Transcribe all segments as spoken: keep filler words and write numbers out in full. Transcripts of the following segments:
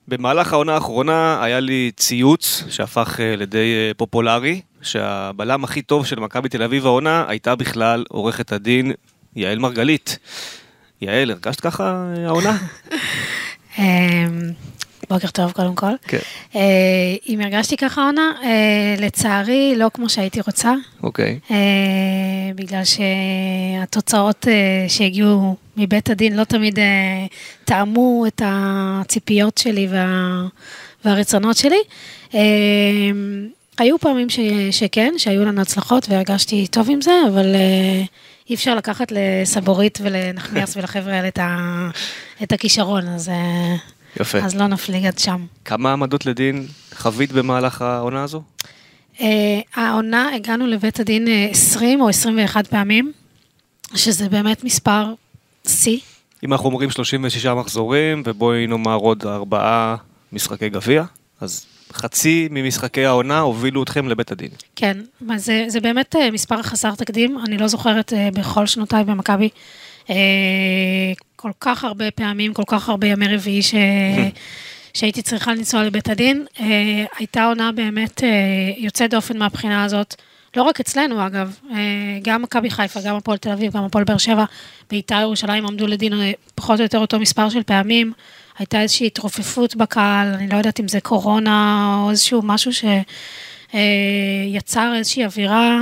במהלך העונה האחרונה היה לי ציוץ שהפך לידי פופולרי, שהבלם הכי טוב של מכבי תל אביב העונה הייתה בכלל עורכת הדין יעל מרגלית. יעל, הרגשת ככה העונה? בוקר טוב קודם כל. כן. אם הרגשתי ככה העונה, לצערי לא כמו שהייתי רוצה. אוקיי. בגלל שהתוצאות שהגיעו מבית הדין לא תמיד טעמו את הציפיות שלי והרצונות שלי. היו פעמים ש, שכן, שהיו לנו הצלחות והרגשתי טוב עם זה, אבל אי אפשר לקחת לסבורית ולנחמיאס ולחבר'ה האלה את, ה, את הכישרון, אז, יפה. אז לא נפליג עד שם. כמה עמדות לדין חווית במהלך העונה הזו? העונה הגענו לבית הדין עשרים או עשרים ואחת פעמים, שזה באמת מספר C. אם אנחנו אומרים שלושים ושישה מחזורים, ובואי נאמר עוד ארבעה משחקי גביע, אז חצי ממשחקי העונה הובילו אתכם לבית הדין. כן, זה, זה באמת מספר חסר תקדים, אני לא זוכרת בכל שנותיי במכבי, כל כך הרבה פעמים, כל כך הרבה ימי רביעי ש... שהייתי צריכה לנסוע לבית הדין, הייתה עונה באמת יוצאת דופן מהבחינה הזאת, לא רק אצלנו אגב, גם מכבי חיפה, גם הפועל תל אביב, גם הפועל באר שבע, בית"ר ירושלים עמדו לדין פחות או יותר אותו מספר של פעמים, הייתה איזושהי התרופפות בקהל, אני לא יודעת אם זה קורונה או איזשהו משהו שיצר איזושהי אווירה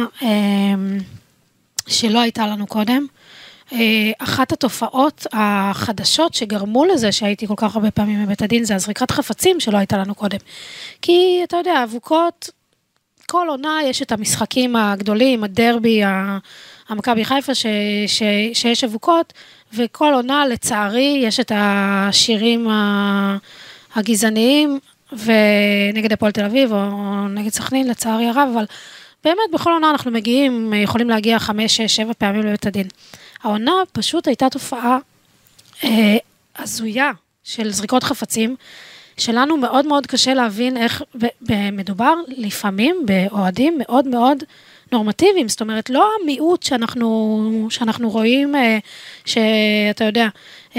שלא הייתה לנו קודם. אחת התופעות החדשות שגרמו לזה שהייתי כל כך הרבה פעמים בבית הדין, זה הזריקת חפצים שלא הייתה לנו קודם. כי אתה יודע, אבוקות, כל עונה יש את המשחקים הגדולים, הדרבי, המכבי חיפה ש, ש, שיש אבוקות, וכל עונה לצערי יש את השירים הגזעניים, ונגד הפועל תל אביב או נגד סכנין לצערי הרב, אבל באמת בכל עונה אנחנו מגיעים, יכולים להגיע חמש, שש, שבע פעמים לבית הדין. העונה פשוט הייתה תופעה אה, הזויה של זריקות חפצים, שלנו מאוד מאוד קשה להבין איך מדובר לפעמים באוהדים מאוד מאוד נורמטיביים, זאת אומרת לא המיעוט שאנחנו, שאנחנו רואים, שאתה יודע,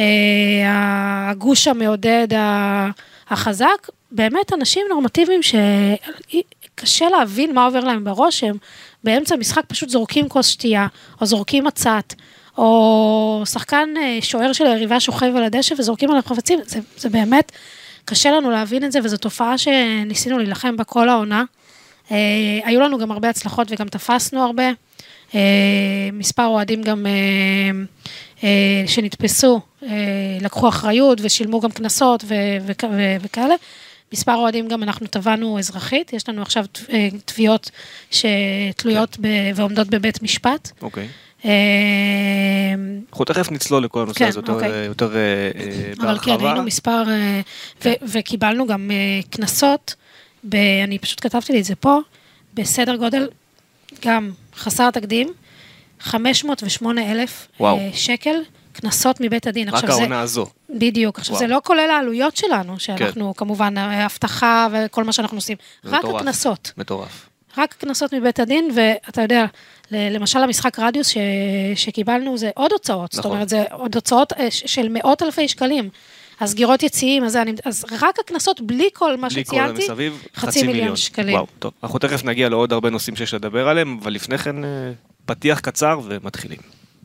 הגוש המעודד החזק, באמת אנשים נורמטיביים שקשה להבין מה עובר להם בראש, הם באמצע המשחק פשוט זורקים כוס שתייה, או זורקים מצת, או שחקן שוער של היריבה שוכב על הדשא וזורקים עליו חפצים, זה, זה באמת קשה לנו להבין את זה, וזו תופעה שניסינו להילחם בה כל העונה. אה, היו לנו גם הרבה הצלחות וגם תפסנו הרבה. אה, מספר אוהדים גם אה, אה, שנתפסו, אה, לקחו אחריות ושילמו גם כנסות ו- ו- ו- וכאלה. מספר אוהדים גם אנחנו טבענו אזרחית, יש לנו עכשיו תביעות שתלויות ב- ועומדות בבית משפט. אוקיי. אנחנו תכף נצלול לכל הנושא הזה יותר בהרחבה. אבל כן, היינו מספר, וקיבלנו גם כנסות, אני פשוט כתבתי לי את זה פה, בסדר גודל, גם חסר תקדים, חמש מאות ושמונה אלף שקל, כנסות מבית הדין. רק העונה הזו. בדיוק, עכשיו זה לא כולל העלויות שלנו, שאנחנו כמובן, הבטחה וכל מה שאנחנו עושים, רק הכנסות. מטורף. רק כנסות מבית הדין, ואתה יודע, למשל המשחק רדיוס ש, שקיבלנו זה עוד הוצאות, נכון. זאת אומרת זה עוד הוצאות של מאות אלפי שקלים, אז סגירות יציאים, אז, אני, אז רק הכנסות בלי כל מה בלי שציינתי, כל המסביב, חצי, חצי מיליון, מיליון שקלים. וואו, טוב. אנחנו תכף נגיע לעוד הרבה נושאים שיש לדבר עליהם, אבל לפני כן פתיח קצר ומתחילים.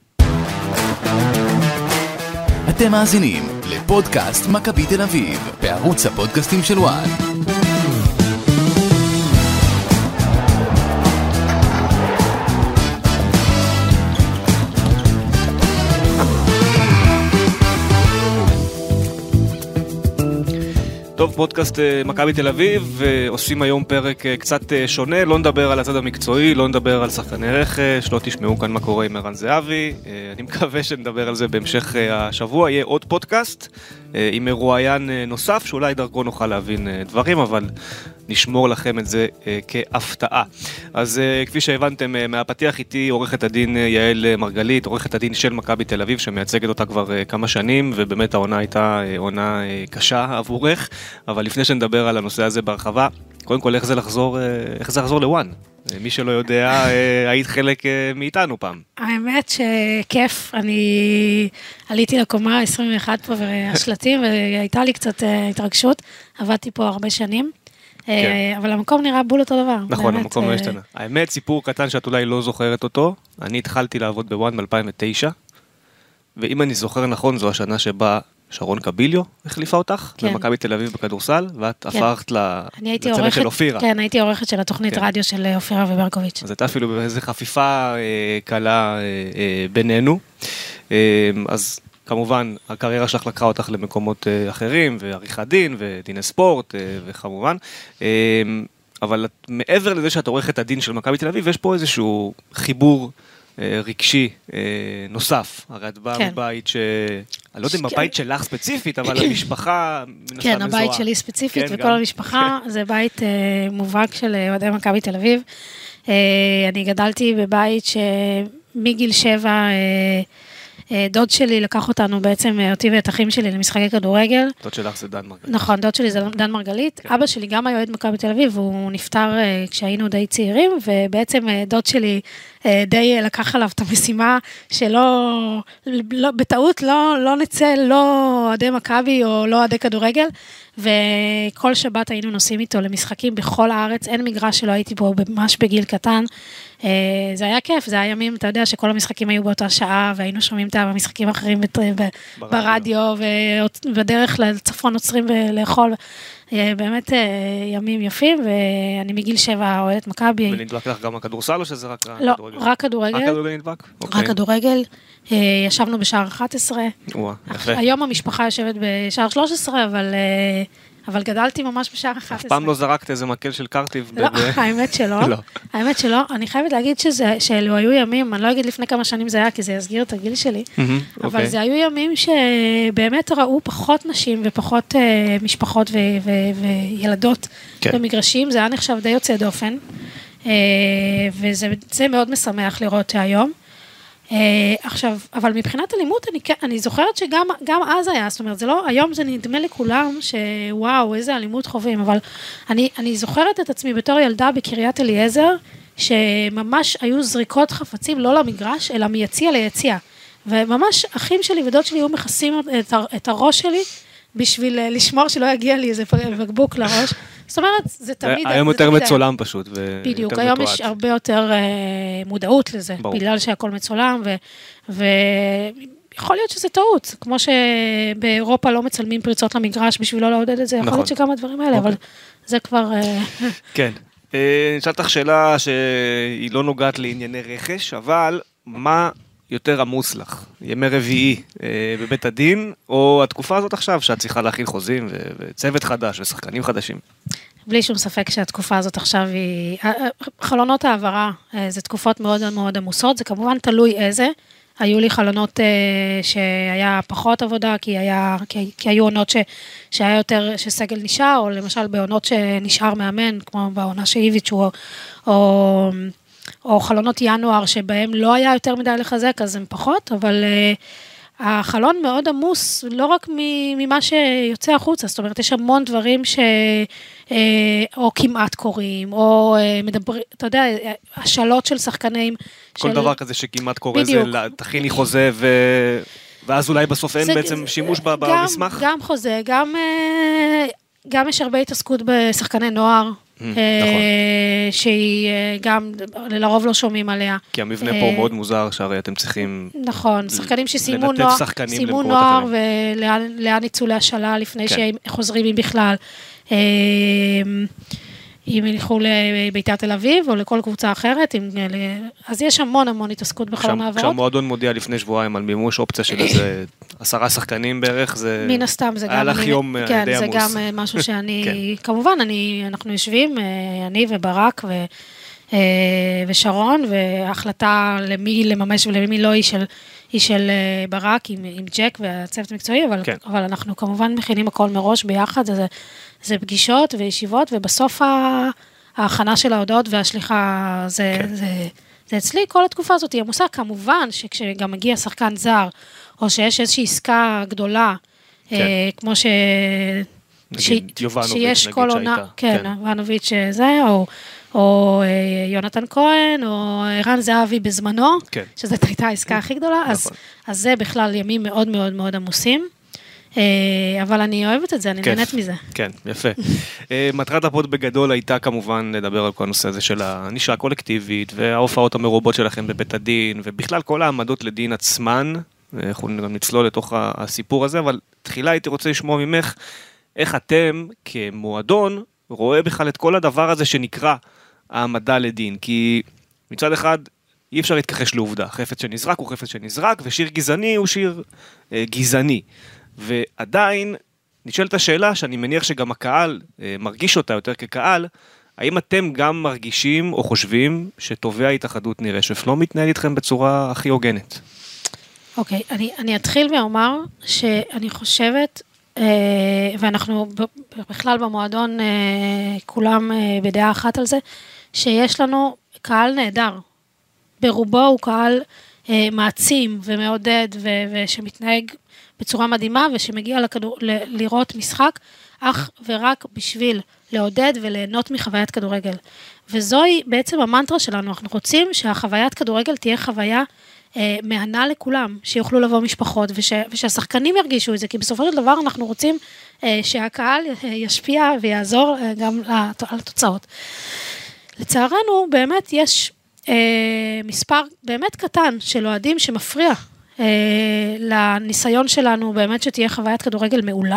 אתם מאזינים לפודקאסט מכבי תל אביב, בערוץ הפודקאסטים של וואן. טוב, פודקאסט מכבי תל אביב, עושים היום פרק קצת שונה, לא נדבר על הצד המקצועי, לא נדבר על שחקני רכש, לא תשמעו כאן מה קורה עם ערן זהבי, אני מקווה שנדבר על זה בהמשך השבוע, יהיה עוד פודקאסט עם מרואיין נוסף, שאולי דרכו נוכל להבין דברים, אבל נשמור לכם את זה כהפתעה. אז כפי שהבנתם מהפתיח, איתי עורכת הדין יעל מרגלית, עורכת הדין של מכבי תל אביב, שמייצגת אותה כבר כמה שנים, ובאמת העונה הייתה עונה קשה עבורך, אבל לפני שנדבר על הנושא הזה בהרחבה, קודם כל איך זה לחזור, איך זה לחזור לוואן? מי שלא יודע, היית חלק מאיתנו פעם. האמת שכיף, אני עליתי לקומה עשרים ואחת פה והשלטים, והייתה לי קצת התרגשות, עבדתי פה הרבה שנים, אבל המקום נראה בול אותו דבר. נכון, המקום לא השתנה. האמת, סיפור קטן שאת אולי לא זוכרת אותו, אני התחלתי לעבוד בוואן ב-אלפיים ותשע, ואם אני זוכר נכון, זו השנה שבה שרון קביליו החליפה אותך, במכבי תל אביב בכדורסל, ואת הפכת לצוות של אופירה. כן, הייתי עורכת של התוכנית רדיו של אופירה וברקוביץ'. אז הייתה אפילו באיזו חפיפה קלה בינינו. אז כמובן, הקריירה שלך לקחה אותך למקומות אחרים, ועריכת דין, ודיני ספורט, וכמובן. אבל מעבר לזה שאת עורכת הדין של מכבי תל אביב, יש פה איזשהו חיבור רגשי נוסף. הרי את באה מבית ש... אני לא יודע אם הבית שלך ספציפית, אבל המשפחה... כן, הבית שלי ספציפית, וכל המשפחה, זה בית מובהק של אוהדי מכבי תל אביב. אני גדלתי בבית שמגיל שבע, דוד שלי לקח אותנו בעצם, אותי ואת אחים שלי, למשחקי כדורגל. דוד שלך זה דן מרגלית. נכון, דוד שלי זה דן מרגלית. אבא שלי גם היה אוהד מכבי תל אביב, והוא נפטר כשהיינו די צעירים, ובעצם דוד שלי די לקח עליו את המשימה שלא, בטעות לא, לא נצא לא אוהדי מכבי או לא אוהדי כדורגל, וכל שבת היינו נוסעים איתו למשחקים בכל הארץ, אין מגרש שלא הייתי בו ממש בגיל קטן, זה היה כיף, זה היה ימים, אתה יודע שכל המשחקים היו באותה שעה, והיינו שומעים את המשחקים האחרים ברדיו, ובדרך לצפון עוצרים לאכול, באמת ימים יפים, ואני מגיל שבע אוהדת מכבי. ונדבק לך גם הכדורסל או שזה רק כדורגל? לא, רק כדורגל. רק כדורגל נדבק? רק כדורגל. ישבנו בשער אחת עשרה. וואו, יפה. היום המשפחה יושבת בשער שלוש עשרה, אבל... אבל גדלתי ממש בשער אחת עשרה. אף פעם לא זרקת איזה מקל של קרטיב? לא, האמת שלא. האמת שלא. אני חייבת להגיד שאלו היו ימים, אני לא אגיד לפני כמה שנים זה היה, כי זה יסגיר את הגיל שלי, אבל זה היו ימים שבאמת ראו פחות נשים ופחות משפחות וילדות במגרשים, זה היה נחשב די יוצא דופן, וזה מאוד משמח לראות היום. עכשיו, אבל מבחינת אלימות, אני, אני זוכרת שגם גם אז היה, זאת אומרת, זה לא, היום זה נדמה לכולם שוואו, איזה אלימות חווים, אבל אני, אני זוכרת את עצמי בתור ילדה בקריית אליעזר, שממש היו זריקות חפצים, לא למגרש, אלא מיציע ליציע, וממש אחים שלי ודוד שלי היו מכסים את, את הראש שלי, בשביל לשמור שלא יגיע לי איזה בקבוק לראש. זאת אומרת, זה תמיד... היום יותר מצולם פשוט. בדיוק, היום יש הרבה יותר מודעות לזה, בגלל שהכל מצולם, ויכול להיות שזה טעות, כמו שבאירופה לא מצלמים פריצות למגרש בשביל לא לעודד את זה, יכול להיות שגם הדברים האלה, אבל זה כבר... כן. נשאל אותך שאלה שהיא לא נוגעת לענייני רכש, אבל מה... יותר עמוס לך, ימי רביעי אה, בבית הדין, או התקופה הזאת עכשיו, שאת צריכה להכין חוזים ו- וצוות חדש ושחקנים חדשים? בלי שום ספק שהתקופה הזאת עכשיו היא... חלונות העברה, אה, זה תקופות מאוד מאוד עמוסות, זה כמובן תלוי איזה, היו לי חלונות אה, שהיה פחות עבודה, כי, היה, כי, כי היו עונות ש, שהיה יותר, שסגל נשאר, או למשל בעונות שנשאר מאמן, כמו בעונה שאיביץ' או... או או חלונות ינואר שבהם לא היה יותר מדי לחזק, אז הם פחות, אבל uh, החלון מאוד עמוס, לא רק ממה שיוצא החוצה, זאת אומרת, יש המון דברים ש... Uh, או כמעט קוראים, או uh, מדברים, אתה יודע, השאלות של שחקנים. כל של... דבר כזה שכמעט קורה בדיוק. זה תכיני חוזה ו... ואז אולי בסוף אין זה... בעצם שימוש גם, במסמך? גם חוזה, גם, uh, גם יש הרבה התעסקות בשחקני נוער, שהיא גם, לרוב לא שומעים עליה. כי המבנה פה מאוד מוזר, שהרי אתם צריכים... נכון, שחקנים שסיימו נוער, סיימו נוער, ולאן יצאו להשאלה לפני שהם חוזרים עם בכלל. אם ילכו לביתר תל אביב, או לכל קבוצה אחרת, אז יש המון המון התעסקות בחלון העברות. כשהמועדון מודיע לפני שבועיים על מימוש אופציה של איזה עשרה שחקנים בערך, זה... מן הסתם, זה גם... היה לך יום די עמוס. כן, זה גם משהו שאני... כמובן, אנחנו יושבים, אני וברק, ושרון, וההחלטה למי לממש ולמי לא היא של, היא של ברק עם, עם ג'ק והצוות המקצועי, אבל, כן. אבל אנחנו כמובן מכינים הכל מראש ביחד, זה, זה פגישות וישיבות, ובסוף ההכנה של ההודעות והשליחה, זה, כן. זה, זה אצלי, כל התקופה הזאת היא עמוסה, כמובן שכשגם מגיע שחקן זר, או שיש איזושהי עסקה גדולה, כן. כמו ש... נגיד ש... יובנוביץ', שיש נגיד כל שהייתה. עונה, כן, כן. יובנוביץ' זה, או... או יונתן כהן, או ערן זהבי בזמנו, כן. שזאת הייתה העסקה הכי גדולה, נכון. אז, אז זה בכלל ימים מאוד מאוד מאוד עמוסים, אבל אני אוהבת את זה, אני כיף. נהנית מזה. כן, יפה. מטרת הפוד בגדול הייתה כמובן לדבר על כל הנושא הזה של הענישה הקולקטיבית, וההופעות המרובות שלכם בבית הדין, ובכלל כל העמדות לדין עצמן, אנחנו גם נצלול לתוך הסיפור הזה, אבל תחילה הייתי רוצה לשמוע ממך, איך אתם כמועדון רואה בכלל את כל הדבר הזה שנקרא העמדה לדין, כי מצד אחד אי אפשר להתכחש לעובדה, חפץ שנזרק הוא חפץ שנזרק, ושיר גזעני הוא שיר אה, גזעני, ועדיין נשאלת השאלה שאני מניח שגם הקהל אה, מרגיש אותה יותר כקהל, האם אתם גם מרגישים או חושבים שטובי ההתאחדות נראה שפלו מתנהל איתכם בצורה הכי הוגנת? אוקיי, okay, אני, אני אתחיל ואומר שאני חושבת, ואנחנו בכלל במועדון כולם בדעה אחת על זה, שיש לנו קהל נהדר. ברובו הוא קהל מעצים ומעודד ושמתנהג בצורה מדהימה ושמגיע לכדור, לראות משחק, אך ורק בשביל לעודד וליהנות מחוויית כדורגל. וזוהי בעצם המנטרה שלנו, אנחנו רוצים שהחוויית כדורגל תהיה חוויה מהנה לכולם, שיוכלו לבוא משפחות, וש, ושהשחקנים ירגישו את זה, כי בסופו של דבר אנחנו רוצים שהקהל ישפיע ויעזור גם על התוצאות. לצערנו, באמת יש מספר באמת קטן של אוהדים שמפריע לניסיון שלנו, באמת שתהיה חוויית כדורגל מעולה,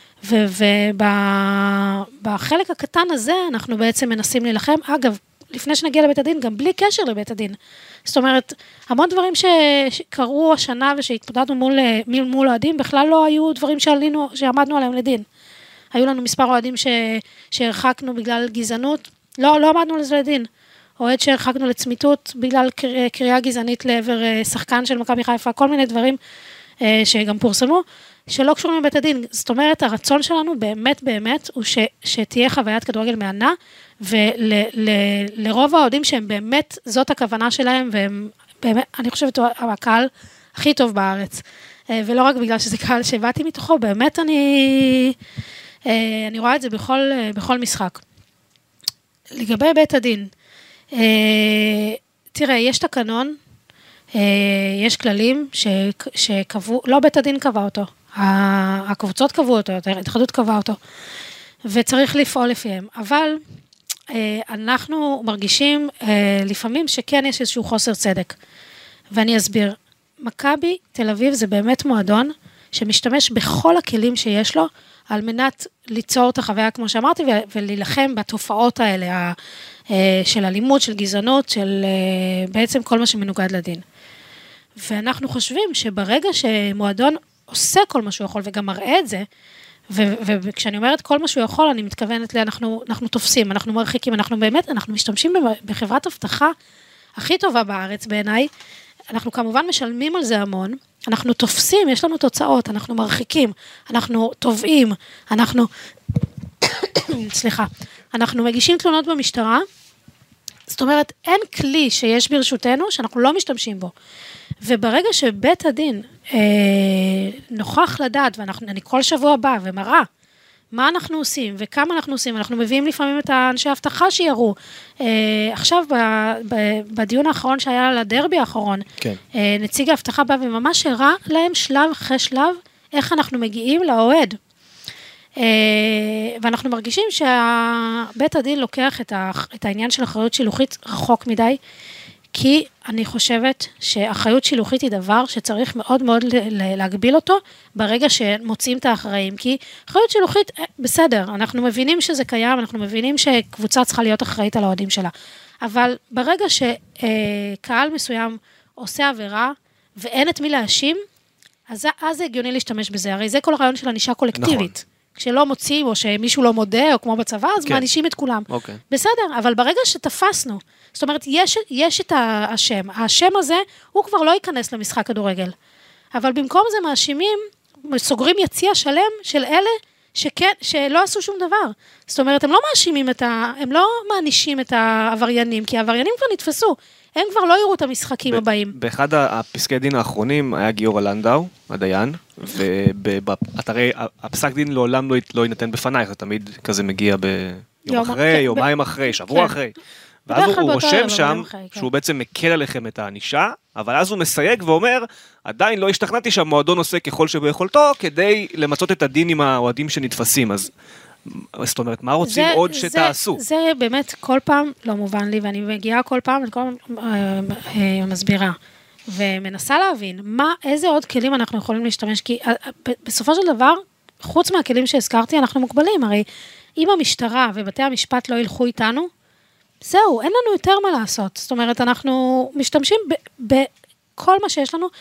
ובחלק הקטן הזה אנחנו בעצם מנסים להילחם, אגב, לפני שנגיע לבית הדין, גם בלי קשר לבית הדין. זאת אומרת, המון דברים שקרו השנה ושהתמודדנו מול, מול אוהדים, בכלל לא היו דברים שעלינו, שעמדנו עליהם לדין. היו לנו מספר אוהדים שהרחקנו בגלל גזענות, לא, לא עמדנו לזה לדין. אוהד שהרחקנו לצמיתות בגלל קריאה גזענית לעבר שחקן של מכבי חיפה, כל מיני דברים שגם פורסמו, שלא קשורים לבית הדין. זאת אומרת, הרצון שלנו באמת באמת הוא ש, שתהיה חוויית כדורגל מענה, ולרוב האוהדים שהם באמת, זאת הכוונה שלהם, והם באמת, אני חושבת, הקהל הכי טוב בארץ. ולא רק בגלל שזה קהל שבאתי מתוכו, באמת אני, אני רואה את זה בכל, בכל משחק. לגבי בית הדין, תראה, יש תקנון, יש כללים שקבעו, לא בית הדין קבע אותו, הקבוצות קבעו אותו, ההתאחדות קבעה אותו, וצריך לפעול לפיהם. אבל אנחנו מרגישים לפעמים שכן יש איזשהו חוסר צדק. ואני אסביר, מכבי תל אביב זה באמת מועדון שמשתמש בכל הכלים שיש לו, על מנת ליצור את החוויה, כמו שאמרתי, ולהילחם בתופעות האלה, של אלימות, של גזענות, של בעצם כל מה שמנוגד לדין. ואנחנו חושבים שברגע שמועדון עושה כל מה שהוא יכול, וגם מראה את זה, וכשאני אומרת כל מה שהוא יכול, אני מתכוונת לי, אנחנו, אנחנו תופסים, אנחנו מרחיקים, אנחנו באמת, אנחנו משתמשים בחברת הבטחה הכי טובה בארץ בעיניי, אנחנו כמובן משלמים על זה המון, אנחנו תופסים, יש לנו תוצאות, אנחנו מרחיקים, אנחנו תובעים, אנחנו, סליחה, אנחנו מגישים תלונות במשטרה, זאת אומרת, אין כלי שיש ברשותנו שאנחנו לא משתמשים בו. וברגע שבית הדין אה, נוכח לדעת, ואני כל שבוע בא ומראה, מה אנחנו עושים וכמה אנחנו עושים, אנחנו מביאים לפעמים את האנשי ההבטחה שיראו. אה, עכשיו, ב, ב, בדיון האחרון שהיה על הדרבי האחרון, כן. אה, נציג ההבטחה בא וממש הראה להם שלב אחרי שלב, איך אנחנו מגיעים לאוהד. אה, ואנחנו מרגישים שבית הדין לוקח את, ה, את העניין של אחריות שילוחית רחוק מדי, כי אני חושבת שאחריות שילוחית היא דבר שצריך מאוד מאוד להגביל אותו, ברגע שמוצאים את האחראים, כי אחריות שילוחית, בסדר, אנחנו מבינים שזה קיים, אנחנו מבינים שקבוצה צריכה להיות אחראית על האוהדים שלה, אבל ברגע שקהל מסוים עושה עבירה, ואין את מי להאשים, אז זה הגיוני להשתמש בזה, הרי זה כל הרעיון של ענישה קולקטיבית. כשלא מוצאים, או שמישהו לא מודה, או כמו בצבא, אז כן. מענישים את כולם. אוקיי. בסדר, אבל ברגע שתפסנו, זאת אומרת, יש, יש את השם, השם הזה, הוא כבר לא ייכנס למשחק כדורגל. אבל במקום זה מאשימים, סוגרים יציע שלם של אלה, שכן, שלא עשו שום דבר. זאת אומרת, הם לא מאשימים את ה... הם לא מענישים את העבריינים, כי העבריינים כבר נתפסו. הם כבר לא יראו את המשחקים ב- הבאים. באחד הפסקי דין האחרונים היה גיורא לנדאו, הדיין, ובאתרי, הפסק דין לעולם לא, לא ינתן בפנייך, זה תמיד כזה מגיע ביום יום, אחרי, כן, יומיים ב... אחרי, שבוע כן. אחרי. בדרך ואז כלל הוא באותו רושם יום, שם, אחרי, כן. שהוא בעצם מקל עליכם את הענישה, אבל אז הוא מסייג ואומר, עדיין לא השתכנעתי שהמועדון עושה ככל שביכולתו, כדי למצות את הדין עם האוהדים שנתפסים. אז זאת אומרת, מה רוצים זה, עוד זה, שתעשו? זה באמת כל פעם לא מובן לי, ואני מגיעה כל פעם, וכל פעם אה, אה, מסבירה, ומנסה להבין, מה, איזה עוד כלים אנחנו יכולים להשתמש, כי אה, ב- בסופו של דבר, חוץ מהכלים שהזכרתי, אנחנו מוגבלים, הרי אם המשטרה ובתי המשפט לא ילכו איתנו, זהו, אין לנו יותר מה לעשות, זאת אומרת, אנחנו משתמשים ב- בכל מה שיש לנו,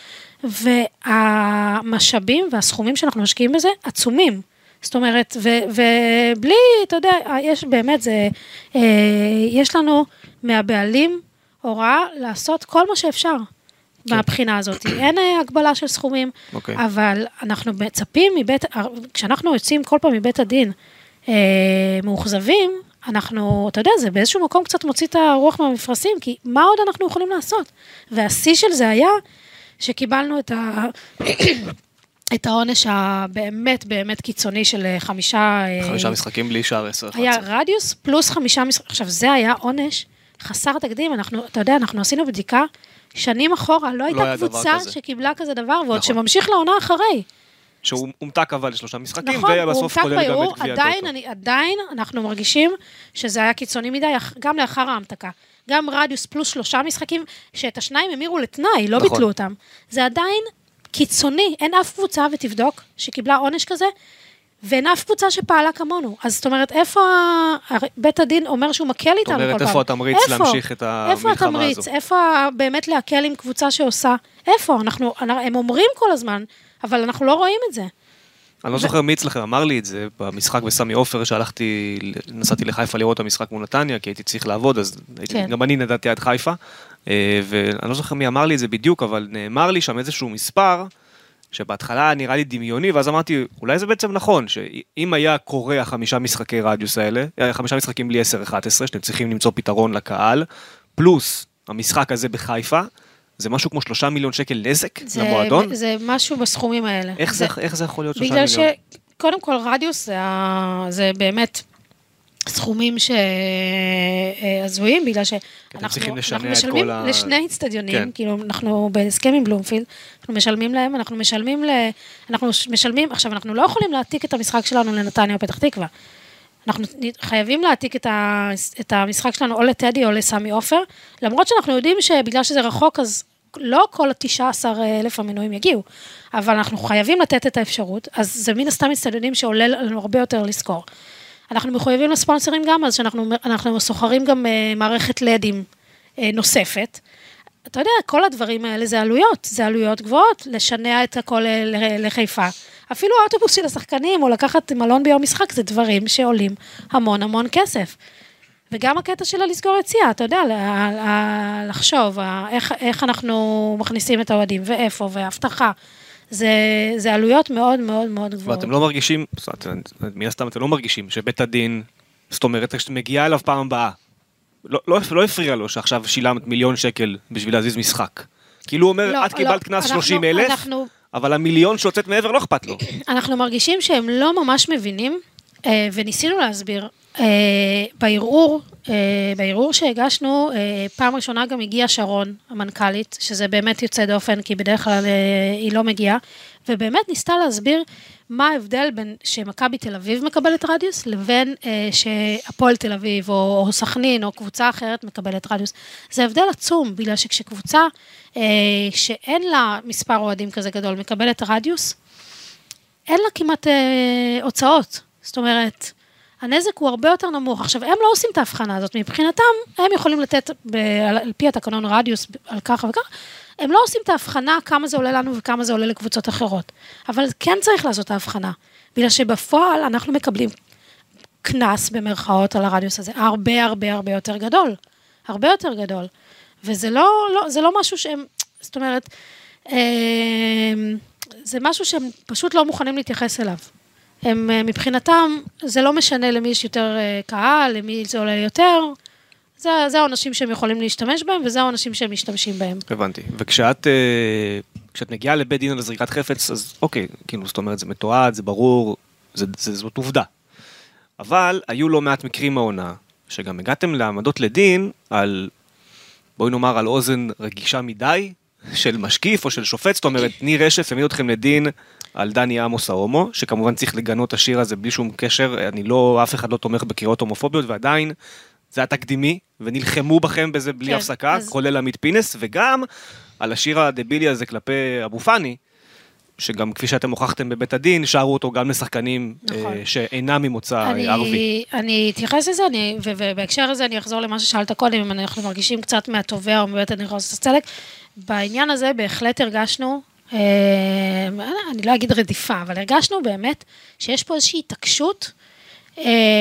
והמשאבים והסכומים שאנחנו משקיעים בזה, עצומים, זאת אומרת, ו, ובלי, אתה יודע, יש באמת, זה, אה, יש לנו מהבעלים הוראה לעשות כל מה שאפשר מהבחינה הזאת. אין אה, הגבלה של סכומים, אוקיי. אבל אנחנו מצפים מבית, כשאנחנו יוצאים כל פעם מבית הדין אה, מאוכזבים, אנחנו, אתה יודע, זה באיזשהו מקום קצת מוציא את הרוח מהמפרשים, כי מה עוד אנחנו יכולים לעשות? והשיא של זה היה שקיבלנו את ה... את העונש הבאמת באמת קיצוני של חמישה... חמישה משחקים בלי שער עשר. היה רדיוס פלוס חמישה משחקים. עכשיו, זה היה עונש חסר תקדים. אנחנו, אתה יודע, אנחנו עשינו בדיקה שנים אחורה, לא הייתה קבוצה שקיבלה כזה דבר, ועוד שממשיך לעונה אחרי. שהוא הומתק אבל לשלושה משחקים, נכון, ובסוף כולל גם את גביע עדיין, הטוטו. אני, עדיין אנחנו מרגישים שזה היה קיצוני מדי, גם לאחר ההמתקה. גם רדיוס פלוס שלושה משחקים, שאת השניים המירו לתנאי, לא נכון. ביטלו אותם. זה עדיין קיצוני, אין אף קבוצה, ותבדוק, שקיבלה עונש כזה, ואין אף קבוצה שפעלה כמונו. אז זאת אומרת, איפה בית הדין אומר שהוא מקל איתם כל פעם? זאת אומרת, איפה התמריץ להמשיך את המלחמה הזו? איפה התמריץ? איפה באמת להקל עם קבוצה שעושה? איפה? אנחנו, הם אומרים כל הזמן, אבל אנחנו לא רואים את זה. אני לא זוכר מי אצלכם אמר לי את זה, במשחק בסמי עופר, שהלכתי, נסעתי לחיפה לראות את המשחק מול נתניה, כי הייתי צריך לעבוד, אז גם אני נדעתי עד חיפה, ואני לא זוכר מי אמר לי את זה בדיוק, אבל נאמר לי שם איזשהו מספר, שבהתחלה נראה לי דמיוני, ואז אמרתי, אולי זה בעצם נכון, שאם היה קורה החמישה משחקי רדיוס האלה, חמישה משחקים בלי עשר אחת עשרה, שאתם צריכים למצוא פתרון לקהל, פלוס המשחק הזה בחיפה, זה משהו כמו שלושה מיליון שקל נזק למועדון? זה משהו בסכומים האלה. איך זה, איך זה יכול להיות שלושה מיליון? בגלל שקודם כל רדיוס זה, זה באמת סכומים שעזויים, בגלל שאנחנו משלמים ה... לשני אצטדיונים, כן. כאילו אנחנו בהסכם עם בלומפילד, אנחנו משלמים להם, אנחנו משלמים ל... אנחנו משלמים, עכשיו אנחנו לא יכולים להעתיק את המשחק שלנו לנתניה או פתח תקווה, אנחנו חייבים להעתיק את, ה... את המשחק שלנו או לטדי או לסמי עופר, למרות שאנחנו יודעים שבגלל שזה רחוק, אז לא כל ה-תשעה עשר אלף המנויים יגיעו, אבל אנחנו חייבים לתת את האפשרות, אז זה מן הסתם אצטדיונים שעולה לנו הרבה יותר לזכור. אנחנו מחויבים לספונסרים גם, אז שאנחנו אנחנו סוחרים גם מערכת לדים נוספת. אתה יודע, כל הדברים האלה זה עלויות, זה עלויות גבוהות, לשנע את הכל לחיפה. אפילו האוטובוס של השחקנים, או לקחת מלון ביום משחק, זה דברים שעולים המון המון כסף. וגם הקטע שלה לסגור יציאה, אתה יודע, לחשוב איך, איך אנחנו מכניסים את האוהדים, ואיפה, והבטחה. זה, זה עלויות מאוד מאוד מאוד גבוהות. ואתם לא מרגישים, מי הסתם אתם לא מרגישים, שבית הדין, זאת אומרת, כשאתה מגיעה אליו פעם הבאה, לא, לא, לא הפריע לו שעכשיו שילמת מיליון שקל בשביל להזיז משחק. כאילו הוא אומר, לא, את קיבלת קנס לא, שלושים אלף, אנחנו, אבל המיליון שיוצאת מעבר לא אכפת לו. אנחנו מרגישים שהם לא ממש מבינים, וניסינו להסביר, בערעור, בערעור שהגשנו, פעם ראשונה גם הגיעה שרון, המנכ"לית, שזה באמת יוצא דופן, כי בדרך כלל היא לא מגיעה, ובאמת ניסתה להסביר מה ההבדל בין שמכבי תל אביב מקבלת רדיוס, לבין שהפועל תל אביב, או סכנין, או קבוצה אחרת מקבלת רדיוס. זה הבדל עצום, בגלל שכשקבוצה שאין לה מספר אוהדים כזה גדול, מקבלת רדיוס, אין לה כמעט הוצאות. זאת אומרת, הנזק הוא הרבה יותר נמוך. עכשיו, הם לא עושים את ההבחנה הזאת. מבחינתם, הם יכולים לתת, על פי התקנון רדיוס, על ככה וככה, הם לא עושים את ההבחנה כמה זה עולה לנו וכמה זה עולה לקבוצות אחרות. אבל כן צריך לעשות את ההבחנה. בגלל שבפועל אנחנו מקבלים כנס במרכאות על הרדיוס הזה, הרבה הרבה הרבה יותר גדול, הרבה יותר גדול, וזה לא, לא, זה לא משהו שהם, זאת אומרת, זה משהו שהם פשוט לא מוכנים להתייחס אליו. הם מבחינתם, זה לא משנה למי יש יותר קהל, למי זה עולה יותר, זה, זה האנשים שהם יכולים להשתמש בהם, וזה האנשים שהם משתמשים בהם. הבנתי. וכשאת, כשאת מגיעה לבית דין על זריקת חפץ, אז אוקיי, כאילו, זאת אומרת, זה מתועד, זה ברור, זה, זה, זאת עובדה. אבל היו לא מעט מקרים מהעונה, שגם הגעתם לעמדות לדין על, בואי נאמר, על אוזן רגישה מדי, של משקיף או של שופט, זאת אומרת, ניר רשף העמיד אתכם לדין על דני עמוס ההומו, שכמובן צריך לגנות השיר הזה בלי שום קשר, אני לא, אף אחד לא תומך בקריאות הומופוביות, ועדיין זה היה תקדימי, ונלחמו בכם בזה בלי כן, הפסקה, אז... כולל עמית פינס, וגם על השיר הדבילי הזה כלפי אבו פני, שגם כפי שאתם הוכחתם בבית הדין, שרו אותו גם לשחקנים נכון. אה, שאינם ממוצא אני, ערבי. אני אתייחס לזה, אני, ובהקשר הזה אני אחזור למה ששאלת קודם, אם אנחנו מרגישים קצת מהטובע או מבית הדין חוסר צדק, בעניין הזה בהחלט הרגשנו, אה, אני לא אגיד רדיפה, אבל הרגשנו באמת שיש פה איזושהי התעקשות, אה,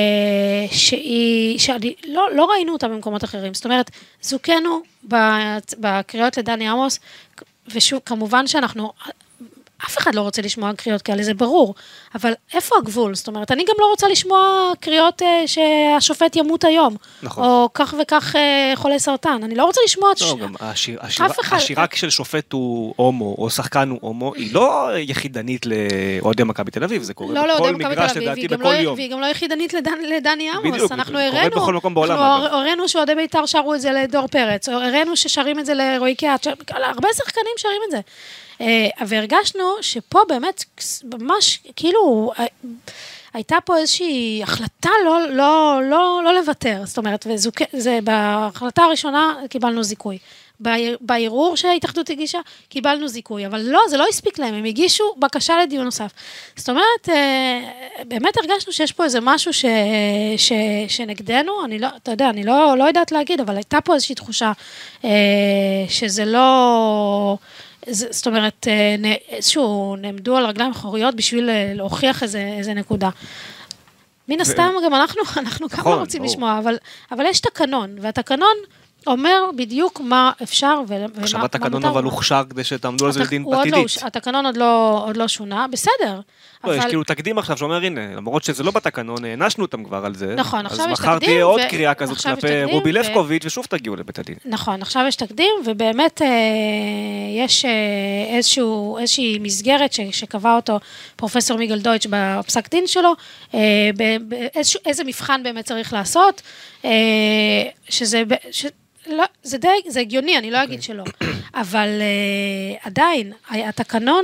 שהיא, שאני, לא, לא ראינו אותה במקומות אחרים, זאת אומרת, זוכנו בקריאות לדני עמוס, ושוב, כמובן שאנחנו, אף אחד לא רוצה לשמוע קריאות כאלה, זה ברור, אבל איפה הגבול? זאת אומרת, אני גם לא רוצה לשמוע קריאות אה, שהשופט ימות היום, נכון. או כך וכך אה, חולי סרטן, אני לא רוצה לשמוע... לא, ש... גם השיר, השיר, אחד... השירה של שופט הוא הומו, או שחקן הוא הומו, היא לא יחידנית לאוהדי מכבי תל אביב, זה קורה לא, בכל מגרש לדעתי בכל לא, יום. והיא גם לא יחידנית לדני, לדני עמוס, בדיוק, אנחנו הראינו, קורית בכל מקום בעולם. אנחנו הראינו שאוהדי בית"ר שרו את זה לדור פרץ, הראינו ששרים את זה לרועי קיאט, הרבה שחקנים שרים את זה. והרגשנו שפה באמת, ממש, כאילו, הייתה פה איזושהי החלטה לא, לא, לא, לא לוותר, זאת אומרת, וזה, בהחלטה הראשונה קיבלנו זיכוי. בערעור שההתאחדות הגישה, קיבלנו זיכוי, אבל לא, זה לא הספיק להם, הם הגישו בקשה לדיון נוסף. זאת אומרת, באמת הרגשנו שיש פה איזה משהו ש, ש, שנגדנו, אני לא, אתה יודע, אני לא, לא יודעת להגיד, אבל הייתה פה איזושהי תחושה שזה לא... זאת אומרת, איזשהו נעמדו על רגליים אחוריות בשביל להוכיח איזה, איזה נקודה. מן הסתם גם אנחנו, אנחנו גם לא רוצים לשמוע, אבל, אבל יש תקנון, והתקנון אומר בדיוק מה אפשר ומה מותר. עכשיו התקנון אבל הוכשר כדי שתעמדו על זה לדין פתידית. התקנון עוד לא, עוד לא שונה, בסדר. לא, יש כאילו תקדים עכשיו שאומר, הנה, למרות שזה לא בתקנון, נענשנו אותם כבר על זה. נכון, עכשיו יש תקדים. אז מחר תהיה עוד קריאה כזאת כלפי רובי לבקוביץ' ושוב תגיעו לבית הדין. נכון, עכשיו יש תקדים, ובאמת יש איזשהו, איזושהי מסגרת שקבע אותו פרופסור מיגל דויטש בפסק דין שלו, איזה מבחן באמת צריך לעשות, שזה... לא, זה די, זה הגיוני, אני לא אגיד שלא. אבל עדיין, התקנון...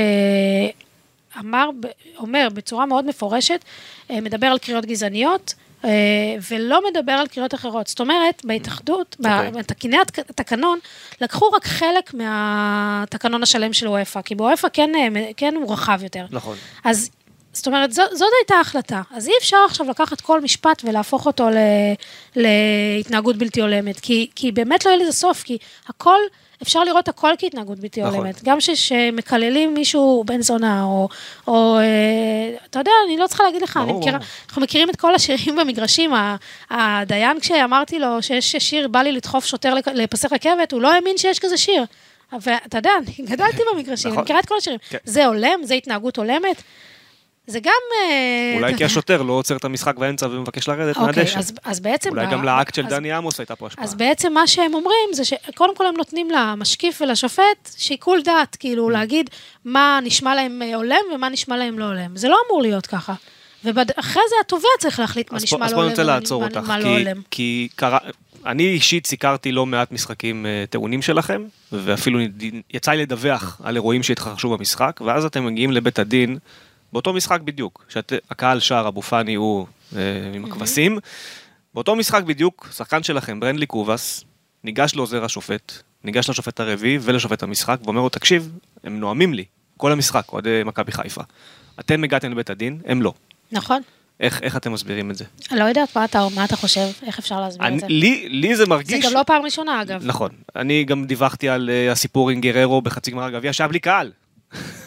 אמר, אומר בצורה מאוד מפורשת, מדבר על קריאות גזעניות, ולא מדבר על קריאות אחרות. זאת אומרת, בהתאחדות, בתקיני התקנון, לקחו רק חלק מהתקנון השלם של אוהפה, כי באוהפה כן, כן הוא רחב יותר. נכון. אז, זאת אומרת, זאת, זאת הייתה ההחלטה. אז אי אפשר עכשיו לקחת כל משפט ולהפוך אותו ל, להתנהגות בלתי הולמת, כי, כי באמת לא יהיה לזה סוף, כי הכל... אפשר לראות הכל כהתנהגות בלתי הולמת. גם שמקללים מישהו בן זונה, או, או, אתה יודע, אני לא צריכה להגיד לך, אני מכירה, אנחנו מכירים את כל השירים במגרשים, הדיין כשאמרתי לו שיש שיר, בא לי לדחוף שוטר לפסי רכבת, הוא לא האמין שיש כזה שיר. ואתה יודע, אני גדלתי במגרשים, אני מכירה את כל השירים. זה הולם, זה התנהגות הולמת. זה גם... אולי כי השוטר לא עוצר את המשחק באמצע ומבקש לרדת מהדשא. אז בעצם... אולי גם לאקט של דני עמוס הייתה פה השפעה. אז בעצם מה שהם אומרים זה שקודם כל הם נותנים למשקיף ולשופט שיקול דעת, כאילו להגיד מה נשמע להם הולם ומה נשמע להם לא הולם. זה לא אמור להיות ככה. ואחרי זה התובע צריך להחליט מה נשמע לא הולם ומה לא הולם. כי אני אישית סיקרתי לא מעט משחקים טעונים שלכם, ואפילו יצא לי לדווח על אירועים שהתרחשו במשחק, ואז אתם מגיעים לבית הדין באותו משחק בדיוק, שהקהל שר אבו פני הוא עם הכבשים, באותו משחק בדיוק, שחקן שלכם, ברנדלי קובס, ניגש לעוזר השופט, ניגש לשופט הרביעי ולשופט המשחק, ואומר לו, תקשיב, הם נועמים לי, כל המשחק, אוהדי מכבי חיפה. אתם הגעתם לבית הדין, הם לא. נכון. איך, איך אתם מסבירים את זה? אני לא יודעת מה אתה, מה אתה חושב, איך אפשר להסביר אני, את זה. לי, לי זה מרגיש... זה גם לא פעם ראשונה, אגב. נכון. אני גם דיווחתי על uh, הסיפור עם גררו בחצי גמר הגביע, שהיה בלי קהל.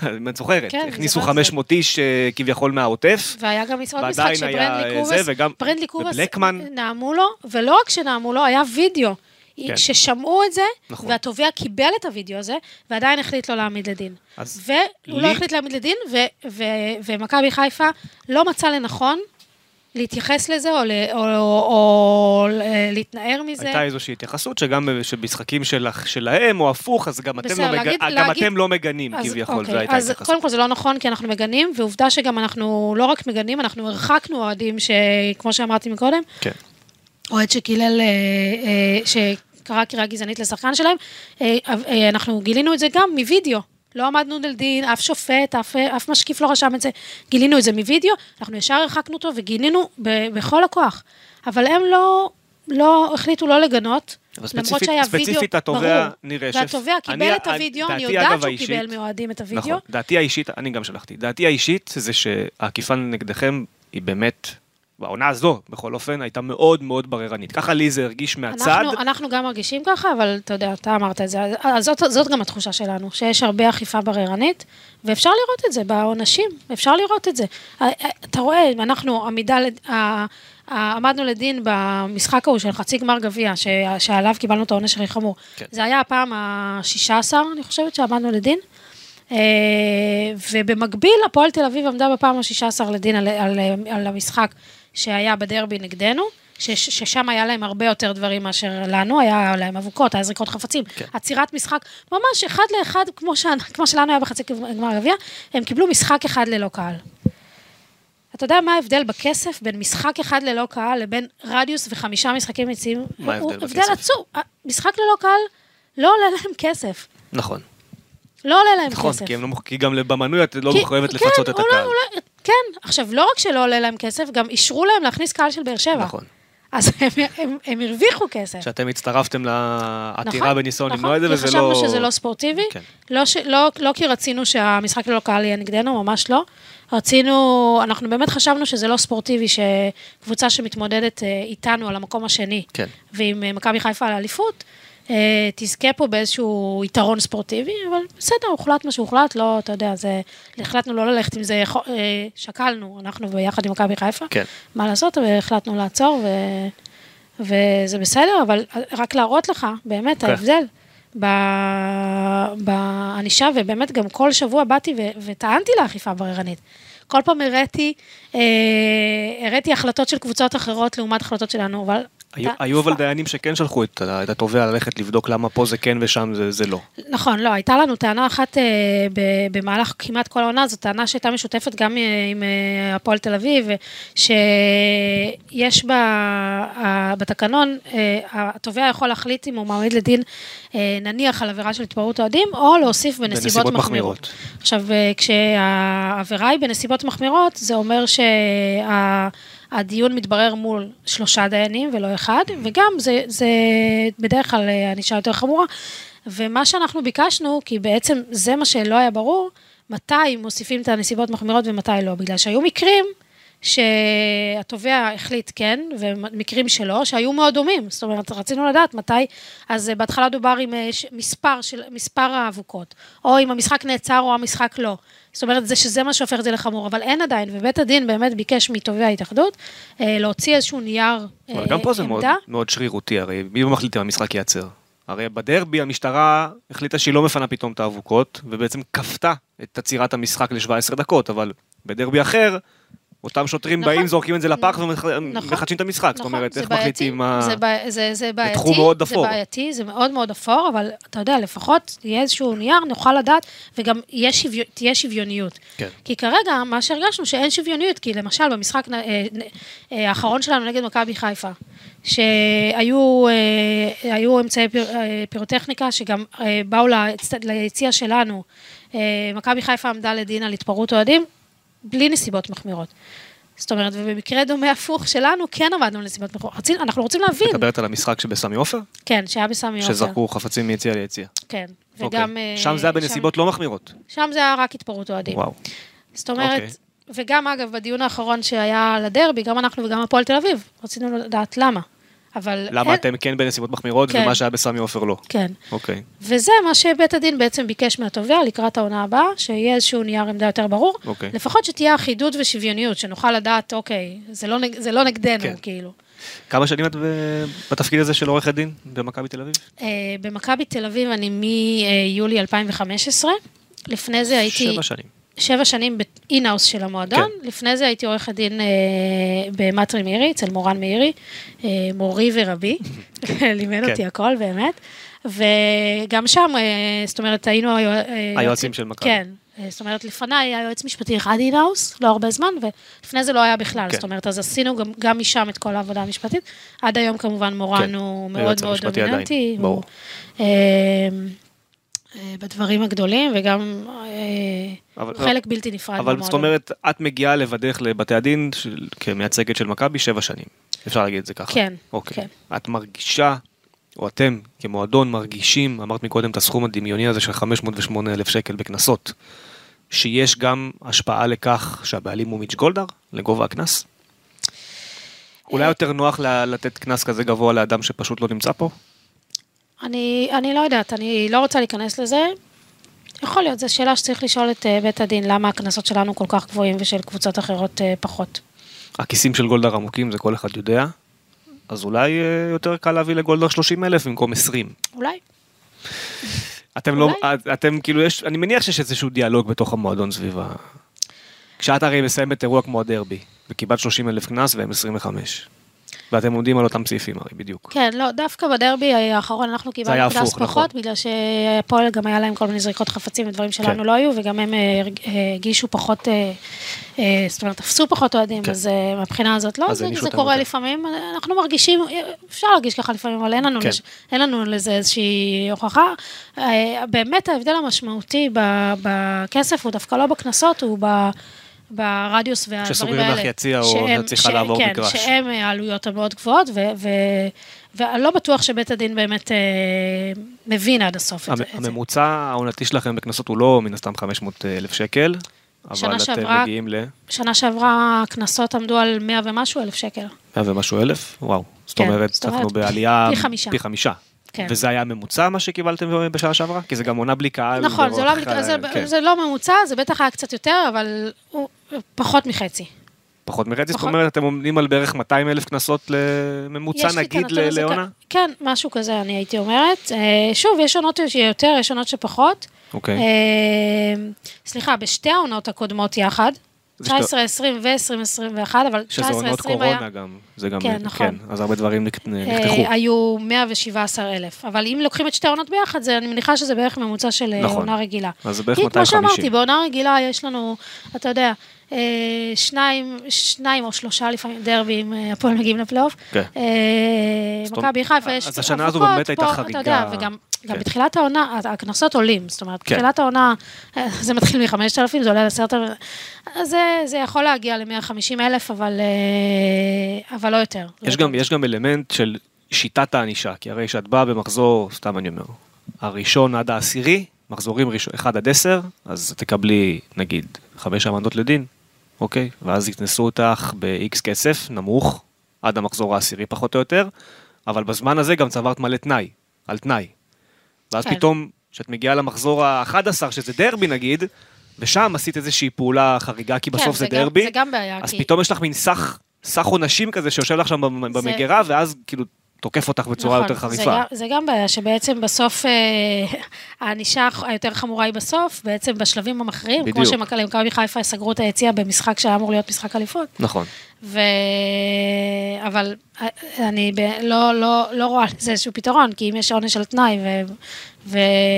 את זוכרת, הכניסו חמש מאות איש כביכול מהעוטף. והיה גם עוד משחק שברנדלי קובס, ברנדלי קובס נעמו לו, ולא רק שנעמו לו, היה וידאו. ששמעו את זה, והתובע קיבל את הוידאו הזה, ועדיין החליט לו להעמיד לדין. והוא לא החליט להעמיד לדין, ומכבי חיפה לא מצא לנכון להתייחס לזה, או להתנער מזה. הייתה איזושהי התייחסות, שגם במשחקים שלהם, או הפוך, אז גם אתם לא מגנים, כביכול, זו הייתה התייחסות. אז קודם כל זה לא נכון, כי אנחנו מגנים, ועובדה שגם אנחנו לא רק מגנים, אנחנו הרחקנו אוהדים, שכמו שאמרתי מקודם, אוהד שקילל, שקרא קריאה גזענית לשחקן שלהם, אנחנו גילינו את זה גם מווידאו, לא עמדנו לדין, אף שופט, אף, אף משקיף לא רשם את זה, גילינו את זה מווידאו, אנחנו ישר הרחקנו אותו וגילינו בכל הכוח, אבל הם לא, לא החליטו לא לגנות, למרות שהיה וידאו, ברור, והתובע קיבל את הווידאו, אני יודעת שהוא קיבל מאוהדים את הווידאו. נכון, דעתי האישית, אני גם שלחתי, דעתי האישית זה שהעקיפה נגדכם היא באמת, בעונה הזו, בכל אופן, הייתה מאוד מאוד בררנית. ככה לי זה הרגיש מהצד. אנחנו, אנחנו גם מרגישים ככה, אבל אתה יודע, אתה אמרת את זה. זאת, זאת גם התחושה שלנו, שיש הרבה אכיפה בררנית, ואפשר לראות את זה בעונשים, אפשר לראות את זה. אתה רואה, אנחנו עמידה, עמדנו לדין במשחק ההוא של חצי גמר גביע, שעליו קיבלנו את העונש הכי חמור. כן. זה היה הפעם ה-שישה עשר, אני חושבת, שעמדנו לדין. ובמקביל, הפועל תל אביב עמדה בפעם ה-שישה עשר לדין על, על, על המשחק שהיה בדרבי נגדנו, ש, ששם היה להם הרבה יותר דברים מאשר לנו, היה להם אבוקות, היה זריקות חפצים, כן. עצירת משחק, ממש אחד לאחד, כמו, ש, כמו שלנו היה בחצי גמר גביע, הם קיבלו משחק אחד ללא קהל. אתה יודע מה ההבדל בכסף בין משחק אחד ללא קהל לבין רדיוס וחמישה משחקים יציאים? מה ההבדל בכסף? הבדל עצום. משחק ללא קהל לא עולה להם כסף. נכון. לא עולה להם נכון, כסף. כי, לא, כי גם במנוי את לא מחויבת לפצות כן, את הקהל. אולי, כן, עכשיו, לא רק שלא עולה להם כסף, גם אישרו להם להכניס קהל של באר שבע. נכון. אז הם, הם, הם הרוויחו כסף. שאתם הצטרפתם לעתירה נכון, בניסיון נכון, למנוע את זה, וזה לא... כי חשבנו שזה לא ספורטיבי, כן. לא, ש, לא, לא כי רצינו שהמשחק ללא קהל יהיה נגדנו, ממש לא. רצינו, אנחנו באמת חשבנו שזה לא ספורטיבי, שקבוצה שמתמודדת איתנו על המקום השני, כן. ועם מכבי חיפה על האליפות, תזכה פה באיזשהו יתרון ספורטיבי, אבל בסדר, הוחלט מה שהוחלט, לא, אתה יודע, זה, החלטנו לא ללכת עם זה, שקלנו, אנחנו ביחד עם מכבי חיפה, כן. מה לעשות, והחלטנו לעצור, ו, וזה בסדר, אבל רק להראות לך, באמת, כן. ההבדל, בענישה, ובאמת גם כל שבוע באתי ו, וטענתי לאכיפה בררנית. כל פעם הראיתי, הראיתי החלטות של קבוצות אחרות לעומת החלטות שלנו, אבל... היו אבל דיינים שכן שלחו את התובע ללכת לבדוק למה פה זה כן ושם זה לא. נכון, לא, הייתה לנו טענה אחת במהלך כמעט כל העונה, זו טענה שהייתה משותפת גם עם הפועל תל אביב, שיש בתקנון, התובע יכול להחליט אם הוא מעמיד לדין נניח על עבירה של התפרעות אוהדים, או להוסיף בנסיבות מחמירות. עכשיו, כשהעבירה היא בנסיבות מחמירות, זה אומר שה... הדיון מתברר מול שלושה דיינים ולא אחד, וגם זה, זה בדרך כלל ענישה יותר חמורה, ומה שאנחנו ביקשנו, כי בעצם זה מה שלא היה ברור, מתי מוסיפים את הנסיבות מחמירות ומתי לא, בגלל שהיו מקרים שהתובע החליט כן, ומקרים שלא, שהיו מאוד דומים, זאת אומרת, רצינו לדעת מתי, אז בהתחלה דובר עם מספר, של, מספר האבוקות, או אם המשחק נעצר או המשחק לא, זאת אומרת, זה שזה מה שהופך את זה לחמור, אבל אין עדיין, ובית הדין באמת ביקש מתובע ההתאחדות, להוציא איזשהו נייר עמדה. גם פה זה מאוד, מאוד שרירותי, הרי מי מחליט אם המשחק ייעצר? הרי בדרבי המשטרה החליטה שהיא לא מפנה פתאום את האבוקות, ובעצם כפתה את עצירת המשחק ל-שבע עשרה דקות, אבל בדרבי אחר, אותם שוטרים נכון, באים, זורקים את זה לפח ומחדשים נכון, את המשחק. נכון, זאת אומרת, איך מחליטים מה... זה, בע... זה, זה בעייתי, בתחום מאוד אפור. זה בעייתי, זה מאוד מאוד אפור, אבל אתה יודע, לפחות יהיה איזשהו נייר, נוכל לדעת, וגם תהיה שוויו... שוויוניות. כן. כי כרגע, מה שהרגשנו שאין שוויוניות, כי למשל במשחק האחרון שלנו נגד מכבי חיפה, שהיו היו אמצעי פיר... פירוטכניקה, שגם באו ליציאה שלנו, מכבי חיפה עמדה לדין על התפרעות אוהדים, בלי נסיבות מחמירות. זאת אומרת, ובמקרה דומה הפוך שלנו, כן עמדנו לנסיבות מחמירות. אנחנו רוצים להבין. מדברת על המשחק שבסמי עופר? כן, שהיה בסמי עופר. שזרקו חפצים מיציאה ליציאה. כן, וגם... שם זה היה בנסיבות לא מחמירות. שם זה היה רק התפרעות אוהדים. וואו. זאת אומרת, וגם אגב, בדיון האחרון שהיה לדרבי, גם אנחנו וגם הפועל תל אביב, רצינו לדעת למה. אבל... למה אין... אתם כן בנסיבות מחמירות, כן. ומה שהיה בסמי עופר לא? כן. אוקיי. וזה מה שבית הדין בעצם ביקש מהתובע לקראת העונה הבאה, שיהיה איזשהו נייר עמדה יותר ברור, אוקיי. לפחות שתהיה אחידות ושוויוניות, שנוכל לדעת, אוקיי, זה לא, זה לא נגדנו, כן. כאילו. כמה שנים את בתפקיד הזה של עורכת דין במכבי תל אביב? במכבי תל אביב אני מיולי אלפיים וחמש עשרה, לפני זה הייתי... שבע שנים. שבע שנים באינאוס של המועדון, כן. לפני זה הייתי עורכת דין אה, במטרי מאירי, אצל מורן מאירי, אה, מורי ורבי, לימד אותי הכל באמת, וגם שם, אה, זאת אומרת, היינו... אה, היועצים של מכבי. כן, אה, זאת אומרת, לפניי היה יועץ משפטי אחד אינאוס, לא הרבה זמן, ולפני זה לא היה בכלל, כן. זאת אומרת, אז עשינו גם, גם משם את כל העבודה המשפטית, עד היום כמובן מורן כן. הוא מאוד מאוד דומיננטי, הוא... אה, בדברים הגדולים, וגם אבל, חלק בלתי נפרד. אבל במועדון. זאת אומרת, את מגיעה לבדך לבתי הדין של, כמייצגת של מכבי שבע שנים. אפשר להגיד את זה ככה? כן. אוקיי. כן. את מרגישה, או אתם כמועדון מרגישים, אמרת מקודם את הסכום הדמיוני הזה של חמש מאות ושמונה אלף שקל בכנסות, שיש גם השפעה לכך שהבעלים הוא מיץ' גולדהר, לגובה הכנס? אולי יותר נוח לתת כנס כזה גבוה לאדם שפשוט לא נמצא פה? אני, אני לא יודעת, אני לא רוצה להיכנס לזה. יכול להיות, זו שאלה שצריך לשאול את uh, בית הדין, למה הכנסות שלנו כל כך גבוהים ושל קבוצות אחרות uh, פחות. הכיסים של גולדהר עמוקים, זה כל אחד יודע, אז אולי uh, יותר קל להביא לגולדהר שלושים אלף במקום עשרים. אולי. אתם אולי. לא, אתם כאילו, יש, אני מניח שיש איזשהו דיאלוג בתוך המועדון סביבה. כשאת הרי מסיימת אירוע כמו הדרבי, וקיבלת שלושים אלף כנס והם עשרים וחמש. ואתם עומדים על אותם סעיפים הרי, בדיוק. כן, לא, דווקא בדרבי האחרון אנחנו קיבלנו קנס פחות, בגלל שהפועל גם היה להם כל מיני זריקות חפצים ודברים שלנו לא היו, וגם הם הגישו פחות, זאת אומרת, תפסו פחות אוהדים, אז מהבחינה הזאת לא, זה קורה לפעמים, אנחנו מרגישים, אפשר להרגיש ככה לפעמים, אבל אין לנו לזה איזושהי הוכחה. באמת ההבדל המשמעותי בכסף הוא דווקא לא בכנסות, הוא ב... ברדיוס והדברים האלה. שסוגרים לך יציע או צריכה לעבור מגרש. כן, שהם העלויות המאוד גבוהות, ואני לא בטוח שבית הדין באמת מבין עד הסוף את זה. הממוצע העונתי שלכם בכנסות הוא לא מן הסתם חמש מאות אלף שקל, אבל אתם מגיעים ל... שנה שעברה הכנסות עמדו על מאה ומשהו אלף שקל. מאה ומשהו אלף? וואו. זאת אומרת, אנחנו בעלייה פי חמישה. כן. וזה היה ממוצע מה שקיבלתם בשעה שעברה? כי זה גם עונה בלי קהל. נכון, זה לא, בלי... זה, כן. זה לא ממוצע, זה בטח היה קצת יותר, אבל הוא פחות מחצי. פחות מחצי? פחות... זאת אומרת, אתם עומדים על בערך מאתיים אלף כנסות לממוצע נגיד לעונה? כן, משהו כזה אני הייתי אומרת. שוב, יש עונות שיותר, יש עונות שפחות. אוקיי. סליחה, בשתי העונות הקודמות יחד, תשע עשרה עשרים ו-עשרים עשרים ואחת, אבל תשע עשרה עשרים היה... קורונה גם, זה גם, כן, נכון. כן, אז הרבה דברים נחתכו. היו מאה ושבעה עשר אלף, אבל אם לוקחים את שתי העונות ביחד, אני מניחה שזה בערך ממוצע של עונה רגילה. אז זה בערך מאתיים וחמישים. כמו שאמרתי, בעונה רגילה יש לנו, אתה יודע, שניים, שניים או שלושה לפעמים דרבים, הפועל מגיעים לפלייאוף. מכבי חיפה יש... אז השנה הזו באמת הייתה חריגה. אתה יודע, וגם... גם בתחילת העונה, הכנסות עולים, זאת אומרת, בתחילת העונה, זה מתחיל מ-חמשת אלפים, זה עולה ל-עשרת אלפים, אז זה יכול להגיע ל-מאה וחמישים אלף, אבל לא יותר. יש גם אלמנט של שיטת הענישה, כי הרי שאת באה במחזור, סתם אני אומר, הראשון עד העשירי, מחזורים אחד עד עשר, אז תקבלי, נגיד, חמש העמדות לדין, אוקיי? ואז יתנסו אותך ב-X כסף, נמוך, עד המחזור העשירי פחות או יותר, אבל בזמן הזה גם צברת מלא תנאי, על תנאי. ואז כן. פתאום, כשאת מגיעה למחזור ה-אחד עשר, שזה דרבי נגיד, ושם עשית איזושהי פעולה חריגה, כי בסוף כן, זה, זה דרבי, גם, זה גם בעיה, אז כי... פתאום יש לך מין סך, סך עונשים כזה, שיושב לך שם במגירה, זה... ואז כאילו תוקף אותך בצורה נכון, יותר חריפה. זה גם, זה גם בעיה, שבעצם בסוף, הענישה היותר חמורה היא בסוף, בעצם בשלבים המכריעים, כמו שמכבי חיפה סגרו את היציאה במשחק שהיה אמור להיות משחק אליפות. נכון. ו... אבל אני ב... לא, לא, לא רואה לזה איזשהו פתרון, כי אם יש עונש על תנאי ו... ו...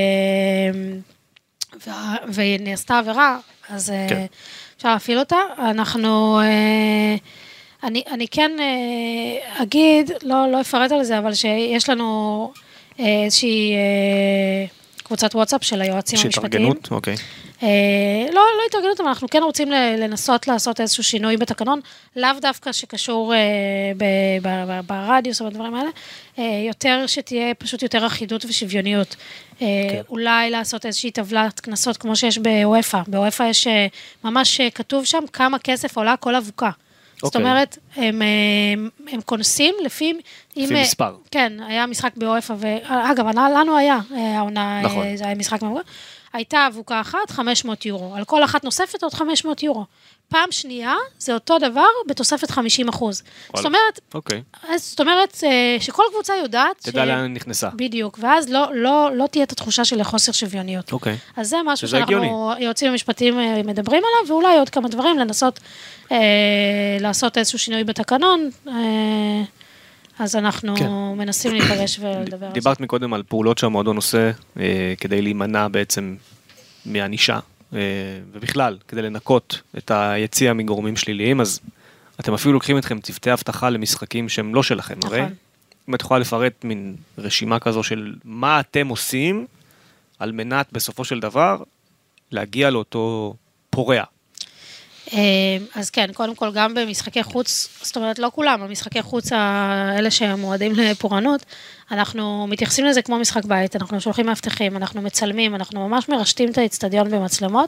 ו... ונעשתה עבירה, אז כן. אפשר להפעיל אותה. אנחנו, אני, אני כן אגיד, לא, לא אפרט על זה, אבל שיש לנו איזושהי קבוצת וואטסאפ של היועצים המשפטיים. שהתארגנות, אוקיי. לא, לא התארגנות, אבל אנחנו כן רוצים לנסות לעשות איזשהו שינוי בתקנון, לאו דווקא שקשור ברדיוס או בדברים האלה, יותר שתהיה פשוט יותר אחידות ושוויוניות. אולי לעשות איזושהי טבלת כנסות, כמו שיש באופה. באופה יש ממש כתוב שם כמה כסף עולה כל אבוקה. זאת אומרת, הם, הם, הם כונסים לפי... לפי מספר. כן, היה משחק באופה, ואגב, לנו היה, העונה, נכון. זה היה משחק מבוגר. הייתה אבוקה אחת, חמש מאות יורו. על כל אחת נוספת עוד חמש מאות יורו. פעם שנייה, זה אותו דבר בתוספת חמישים אחוז. זאת אומרת, אוקיי. זאת אומרת, שכל קבוצה יודעת... תדע לאן נכנסה. בדיוק, ואז לא, לא, לא תהיה את התחושה של חוסר שוויוניות. אוקיי. אז זה משהו שאנחנו יועצים המשפטיים מדברים עליו, ואולי עוד כמה דברים, לנסות אה, לעשות איזשהו שינוי בתקנון, אה, אז אנחנו כן. מנסים להיפגש ולדבר על זה. דיברת מקודם על פעולות שהמועדון עושה, אה, כדי להימנע בעצם מהנישה, אה, ובכלל, כדי לנקות את היציאה מגורמים שליליים, אז אתם אפילו לוקחים אתכם צוותי הבטחה למשחקים שהם לא שלכם, נכון. הרי? אם את יכולה לפרט מין רשימה כזו של מה אתם עושים, על מנת בסופו של דבר, להגיע לאותו פורע. אז כן, קודם כל גם במשחקי חוץ, זאת אומרת לא כולם, המשחקי חוץ האלה שמועדים לפורענות, אנחנו מתייחסים לזה כמו משחק בית, אנחנו שולחים מאבטחים, אנחנו מצלמים, אנחנו ממש מרשתים את האצטדיון במצלמות.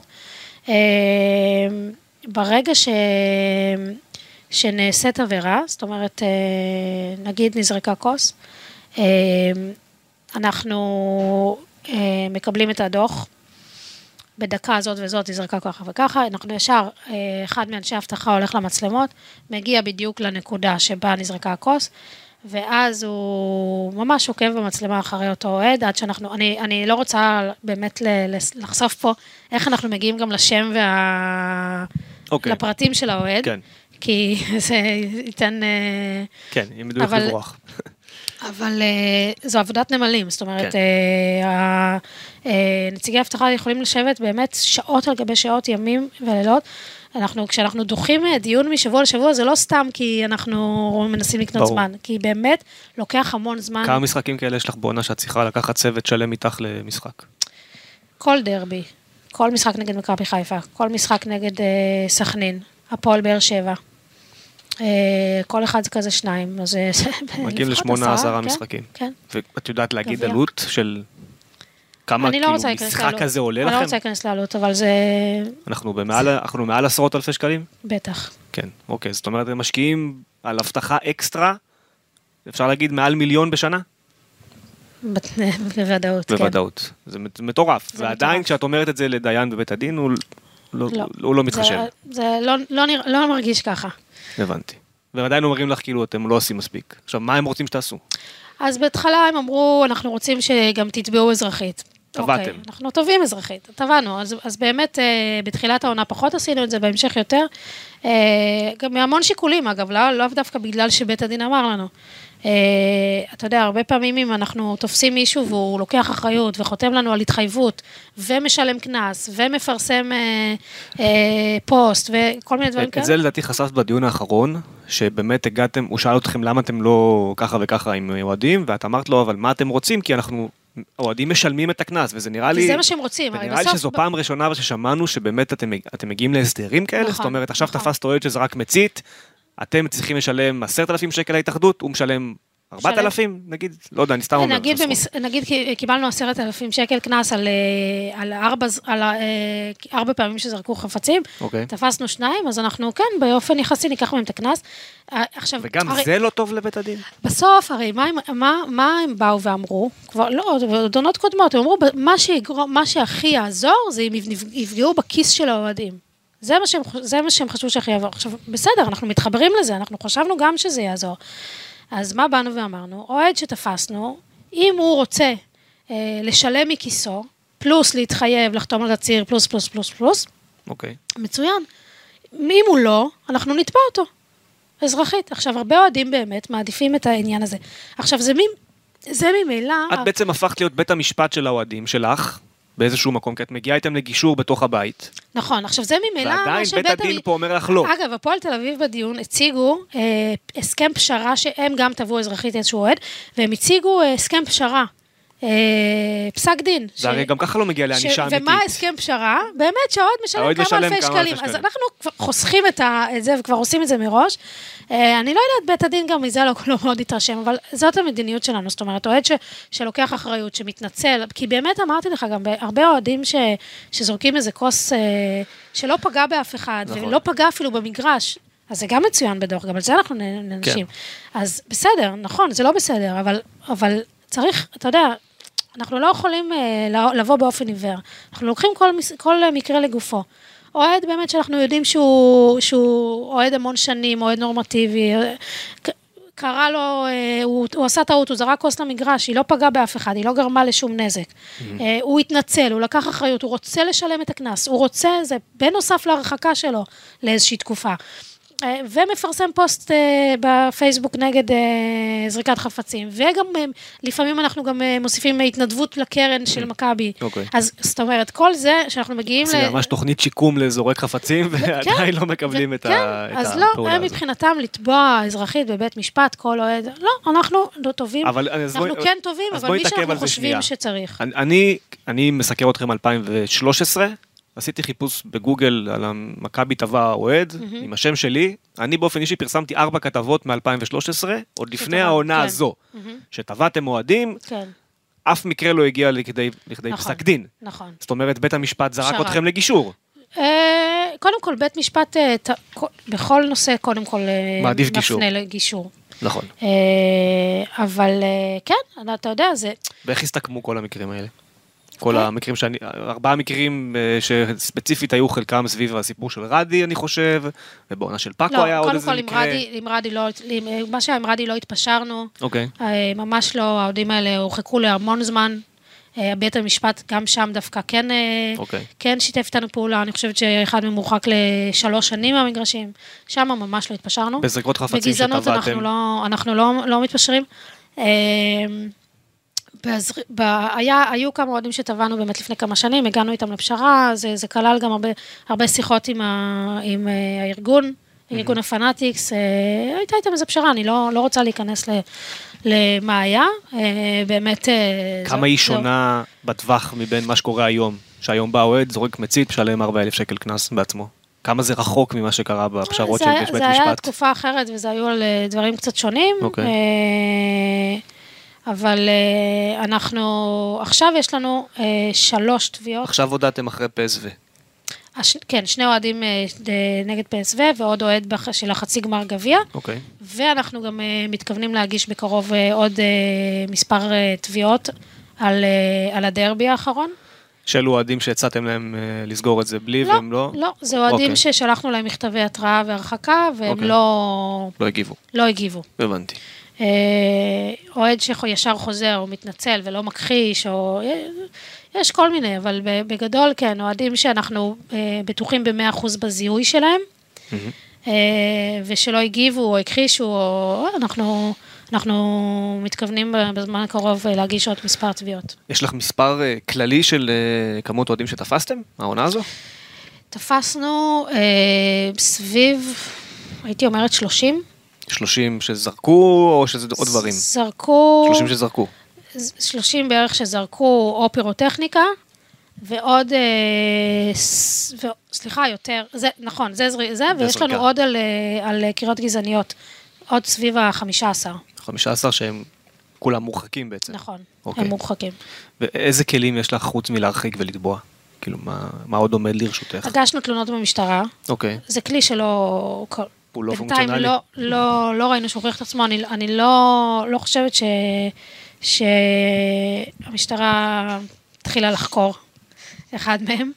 ברגע ש... שנעשית עבירה, זאת אומרת, נגיד נזרקה כוס, אנחנו מקבלים את הדוח, בדקה הזאת וזאת נזרקה ככה וככה, אנחנו ישר, אחד מאנשי ההבטחה הולך למצלמות, מגיע בדיוק לנקודה שבה נזרקה הכוס, ואז הוא ממש עוקב במצלמה אחרי אותו אוהד, עד שאנחנו, אני, אני לא רוצה באמת לחשוף פה, איך אנחנו מגיעים גם לשם וה... אוקיי. לפרטים של האוהד. כן. כי זה ייתן... כן, אם מדויק לברוח. אבל זו עבודת נמלים, זאת אומרת, נציגי ההבטחה יכולים לשבת באמת שעות על גבי שעות, ימים ולילות. אנחנו, כשאנחנו דוחים דיון משבוע לשבוע, זה לא סתם כי אנחנו מנסים לקנות זמן, כי באמת לוקח המון זמן. כמה משחקים כאלה יש לך בעונה שאת צריכה לקחת צוות שלם איתך למשחק? כל דרבי, כל משחק נגד מכבי חיפה, כל משחק נגד סכנין, הפועל באר שבע. כל אחד זה כזה שניים, אז מגיעים לשמונה עשרה משחקים. כן. ואת יודעת להגיד עלות של כמה כאילו משחק כזה עולה לכם? אני לא רוצה להיכנס לעלות, אבל זה... אנחנו מעל עשרות אלפי שקלים? בטח. כן, אוקיי, זאת אומרת, הם משקיעים על הבטחה אקסטרה, אפשר להגיד מעל מיליון בשנה? בוודאות, כן. בוודאות, זה מטורף. ועדיין כשאת אומרת את זה לדיין בבית הדין, הוא לא מתחשב. זה לא מרגיש ככה. הבנתי. ועדיין אומרים לך, כאילו, אתם לא עושים מספיק. עכשיו, מה הם רוצים שתעשו? אז בהתחלה הם אמרו, אנחנו רוצים שגם תתבעו אזרחית. טבעתם. אוקיי, אנחנו טובים אזרחית, טבענו. אז, אז באמת, בתחילת העונה פחות עשינו את זה, בהמשך יותר. גם מהמון שיקולים, אגב, לא, לא דווקא בגלל שבית הדין אמר לנו. אתה יודע, הרבה פעמים אם אנחנו תופסים מישהו והוא לוקח אחריות וחותם לנו על התחייבות ומשלם כנס ומפרסם פוסט וכל מיני דברים כאלה. את זה לדעתי חשפת בדיון האחרון, שבאמת הגעתם, הוא שאל אתכם למה אתם לא ככה וככה עם אוהדים, ואת אמרת לו, אבל מה אתם רוצים? כי אנחנו, אוהדים משלמים את הכנס, וזה נראה לי... זה מה שהם רוצים. ונראה לי שזו פעם ראשונה ששמענו שבאמת אתם מגיעים להסדרים כאלה, זאת אומרת, עכשיו תפסת אוהד שזה רק מצית, אתם צריכים לשלם עשרת אלפים שקל להתאחדות, הוא משלם ארבעת אלפים, נגיד, לא יודע, אני סתם אומר. נגיד, במס... נגיד קיבלנו עשרת אלפים שקל כנס על, על, ארבע, על ארבע פעמים שזרקו חפצים, okay. תפסנו שניים, אז אנחנו כן, באופן יחסי ניקח מהם את הכנס. עכשיו, וגם הרי, זה לא טוב לבית הדין? בסוף, הרי מה, מה, מה הם באו ואמרו? כבר לא, דונות קודמות, הם אמרו, מה, שיגרו, מה שהכי יעזור, זה אם יפגעו בכיס של האוהדים. זה מה שהם, זה מה שהם חשבו שהכי יעבור. עכשיו, בסדר, אנחנו מתחברים לזה, אנחנו חשבנו גם שזה יעזור. אז מה באנו ואמרנו? אוהד שתפסנו, אם הוא רוצה אה, לשלם מכיסו, פלוס להתחייב, לחתום על הציר, פלוס, פלוס, פלוס, פלוס, אוקיי. מצוין. אם הוא לא, אנחנו נתבע אותו. אזרחית. עכשיו, הרבה אוהדים באמת מעדיפים את העניין הזה. עכשיו, זה, מי, זה ממילא... את בעצם הפכת להיות בית המשפט של האוהדים שלך, באיזשהו מקום, כי את מגיעה איתם לגישור בתוך הבית. נכון, עכשיו זה ממילא... ועדיין בית הדין המ... פה אומר לך לא. אגב, הפועל תל אביב בדיון הציגו אה, הסכם פשרה שהם גם תבעו אזרחית איזשהו אוהד, והם הציגו אה, הסכם פשרה. אה, פסק דין. זה הרי גם ככה לא מגיע לענישה אמיתית. ומה הסכם פשרה? באמת שהאוהד משלם כמה אלפי שקלים. אז אנחנו חוסכים את זה וכבר עושים את זה מראש. אני לא יודעת, בית הדין גם מזה לא מאוד התרשם, אבל זאת המדיניות שלנו. זאת אומרת, אוהד שלוקח אחריות, שמתנצל, כי באמת אמרתי לך גם, הרבה אוהדים שזורקים איזה כוס שלא פגע באף אחד, ולא פגע אפילו במגרש. אז זה גם מצוין בדוח, גם על זה אנחנו ננשים. כן. אז בסדר, נכון, זה לא בסדר, אבל, אבל צריך, אתה יודע, אנחנו לא יכולים אה, לבוא באופן עיוור. אנחנו לוקחים כל, כל מקרה לגופו. אוהד באמת שאנחנו יודעים שהוא, שהוא אוהד המון שנים, אוהד נורמטיבי, קרה לו, הוא, הוא עשה טעות, הוא זרק כוס למגרש, היא לא פגעה באף אחד, היא לא גרמה לשום נזק. Mm-hmm. הוא התנצל, הוא לקח אחריות, הוא רוצה לשלם את הכנס, הוא רוצה, זה בנוסף להרחקה שלו לאיזושהי תקופה. ומפרסם פוסט בפייסבוק נגד זריקת חפצים, וגם לפעמים אנחנו גם מוסיפים התנדבות לקרן של מכבי. אז זאת אומרת, כל זה שאנחנו מגיעים... זה ממש תוכנית שיקום לזורק חפצים, ועדיין לא מקבלים את הפעולה הזאת. אז לא, הם מבחינתם לתבוע אזרחית בבית משפט, כל אוהד, לא, אנחנו לא טובים, אנחנו כן טובים, אבל מי שאנחנו חושבים שצריך. אני מסקר אתכם אלפיים ושלוש עשרה, עשיתי חיפוש בגוגל על המכבי טבע אוהד, mm-hmm. עם השם שלי, אני באופן אישי פרסמתי ארבע כתבות מ-אלפיים ושלוש עשרה, עוד לפני העונה כן. הזו, mm-hmm. שטבעתם אוהדים, כן. אף מקרה לא הגיע לכדי, לכדי נכון, פסק דין. נכון. זאת אומרת, בית המשפט זרק שרה. אתכם לגישור. אה, קודם כל, בית משפט, אה, ת, בכל נושא, קודם כל, מעדיף מפנה גישור. לגישור. נכון. אה, אבל אה, כן, אתה יודע, זה... ואיך הסתכמו כל המקרים האלה? כל המקרים שאני, ארבעה מקרים שספציפית היו חלקם סביב הסיפור של רדי, אני חושב, ובעונה של פאקו היה עוד איזה מקרה. לא, קודם כל עם רדי לא, מה שהיה עם רדי לא התפשרנו. אוקיי. ממש לא, העודים האלה הורחקו להמון זמן. בית המשפט גם שם דווקא כן, כן שיתף איתנו פעולה, אני חושבת שאחד ממורחק לשלוש שנים מהמגרשים. שם ממש לא התפשרנו. בזריקות חפצים שטבעתם. בגזענות אנחנו לא, אנחנו לא, לא מתפשרים. היה, היו כמה אוהדים שטבענו באמת לפני כמה שנים, הגענו איתם לפשרה, זה, זה כלל גם הרבה, הרבה שיחות עם, ה, עם הארגון, ארגון הפנאטיקס, הייתה איתם איזו פשרה, אני לא, לא רוצה להיכנס ל, למה היה, באמת... כמה היא שונה בטווח מבין מה שקורה היום, שהיום בא אוהד, זורק מצית, משלם ארבעה אלף שקל קנס בעצמו. כמה זה רחוק ממה שקרה בפשרות של בית משפט? זה היה תקופה אחרת, וזה היו על דברים קצת שונים. אוקיי. אבל uh, אנחנו, עכשיו יש לנו uh, שלוש תביעות. עכשיו הודעתם אחרי פי אס וי. הש, כן, שני אוהדים uh, נגד פי אס וי, ועוד אוהד בח, של החצי גמר גביע. אוקיי. ואנחנו גם uh, מתכוונים להגיש בקרוב uh, עוד uh, מספר uh, תביעות על, uh, על הדרבי האחרון. של אוהדים שהצעתם להם uh, לסגור את זה בלי, לא, והם לא? לא, זה אוהדים okay. ששלחנו להם מכתבי התראה והרחקה, והם okay. לא... לא הגיבו. לא הגיבו. הבנתי. אוהד שישר חוזר, או מתנצל ולא מכחיש, או... יש כל מיני, אבל בגדול כן, אוהדים שאנחנו בטוחים ב-מאה אחוז בזיהוי שלהם, ושלא הגיבו או הכחישו, או אנחנו, אנחנו מתכוונים בזמן הקרוב להגיש עוד מספר תביעות. יש לך מספר כללי של כמות אוהדים שתפסתם, העונה הזו? תפסנו סביב, הייתי אומרת שלושים, שלושים שזרקו, או שזה עוד דברים? זרקו... שלושים שזרקו. שלושים בערך שזרקו או פירוטכניקה, ועוד, סליחה, יותר, זה, נכון, זה, זה, ויש לנו עוד על, על קריאות גזעניות, עוד סביב ה-חמישה עשר. חמישה עשר שהם כולם מורחקים בעצם. נכון, הם מורחקים. ואיזה כלים יש לך חוץ מלהרחיק ולתבוע? כאילו, מה, מה עוד עומד לרשותך? הגשנו תלונות במשטרה. אוקיי. זה כלי שלא... הוא לא פונקציונלי. בינתיים לא, לא, לא ראינו שהוכיח את עצמו, אני, אני לא, לא חושבת ש, שהמשטרה התחילה לחקור אחד מהם.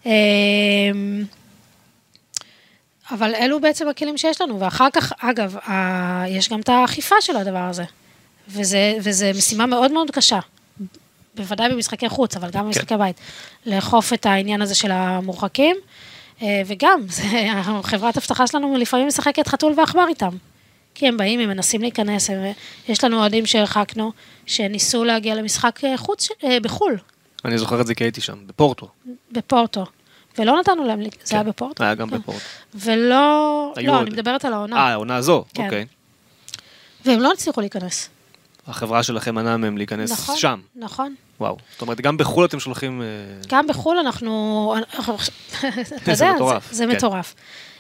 אבל אלו בעצם הכלים שיש לנו, ואחר כך, אגב, יש גם את האכיפה של הדבר הזה, וזה, וזה משימה מאוד מאוד קשה, בוודאי במשחקי חוץ, אבל גם במשחקי בית, לאכוף את העניין הזה של המורחקים, וגם, חברת הבטחה שלנו לפעמים משחקת חתול ואחבר איתם, כי הם באים, הם מנסים להיכנס, יש לנו אוהדים שהרחקנו, שניסו להגיע למשחק חוץ בחול. אני זוכר את זה כי הייתי שם, בפורטו. בפורטו. ולא נתנו להם, זה היה בפורטו? היה גם בפורטו. ולא, לא, אני מדברת על העונה. אה, העונה הזו, אוקיי. והם לא הצליחו להיכנס. החברה שלכם מנעה מהם להיכנס שם. נכון. וואו, זאת אומרת, גם בחול אתם שולחים... גם בחול אנחנו... אתה יודע, זה מטורף.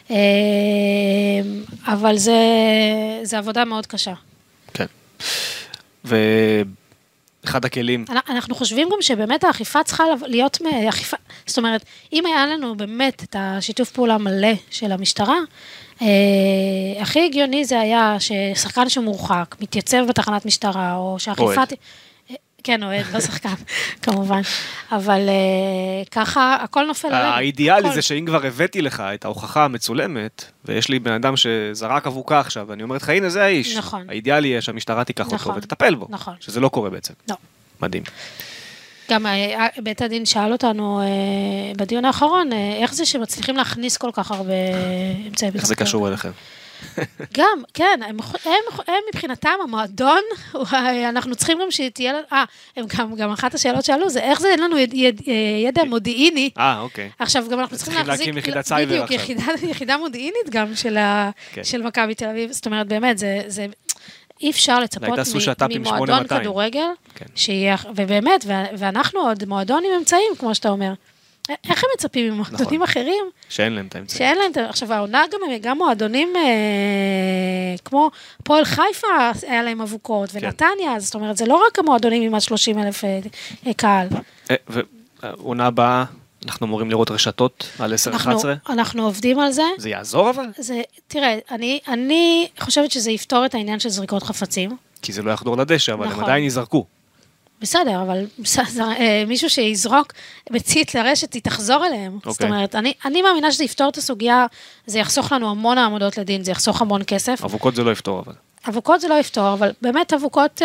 אבל זה עבודה מאוד קשה. כן. אחד הכלים. אנחנו חושבים גם שבאמת האכיפה צריכה להיות מאכיפה, זאת אומרת, אם היה לנו באמת את השיתוף פעולה מלא של המשטרה, הכי הגיוני זה היה ששחקן שמורחק, מתייצב בתחנת משטרה, או שהאכיפה... כן, אוהד, לא שחקן, כמובן. אבל ככה, הכל נופל עלינו. האידיאלי זה שאם כבר הבאתי לך את ההוכחה המצולמת, ויש לי בן אדם שזרק אבוקה עכשיו, ואני אומרת לך, הנה זה האיש. נכון. האידיאלי יהיה שהמשטרה תיקח אותו ותטפל בו. נכון. שזה לא קורה בעצם. לא. מדהים. גם בית הדין שאל אותנו בדיון האחרון, איך זה שמצליחים להכניס כל כך הרבה אמצעי ביטחון? איך זה קשור אליכם? גם, כן, הם, הם, הם מבחינתם, המועדון, אנחנו צריכים גם שתהיה, אה, הם גם, גם אחת השאלות שאלו, זה איך זה אין לנו יד, יד, ידע מודיעיני. אה, אוקיי. עכשיו, גם אנחנו צריכים להחזיק, להקים יחידת סייבר עכשיו. בדיוק, יחידה, יחידה מודיעינית גם של, ה, כן. של מכבי תל אביב, זאת אומרת, באמת, זה, זה, אי אפשר לצפות ממועדון כדורגל, כן. שיהיה, ובאמת, ואנחנו עוד מועדון עם אמצעים, כמו שאתה אומר. איך הם מצפים ממועדונים אחרים? שאין להם את האמצעים. שאין להם את האמצעים. עכשיו, העונה גם הם גם מועדונים כמו פועל חיפה היה להם אבוקות, ונתניה, זאת אומרת, זה לא רק המועדונים עם עד שלושים אלף קהל. ועונה הבאה, אנחנו אמורים לראות רשתות על עשר אחת עשרה? אנחנו עובדים על זה. זה יעזור אבל? תראה, אני חושבת שזה יפתור את העניין של זריקות חפצים. כי זה לא יחדור לדשא, אבל הם עדיין יזרקו. בסדר, אבל מישהו שיזרוק בצית לרשת, היא תחזור אליהם. זאת אומרת, אני מאמינה שזה יפתור את הסוגיה, זה יחסוך לנו המון העמדות לדין, זה יחסוך המון כסף. אבוקות זה לא יפתור, אבל. אבוקות זה לא יפתור, אבל באמת אבוקות,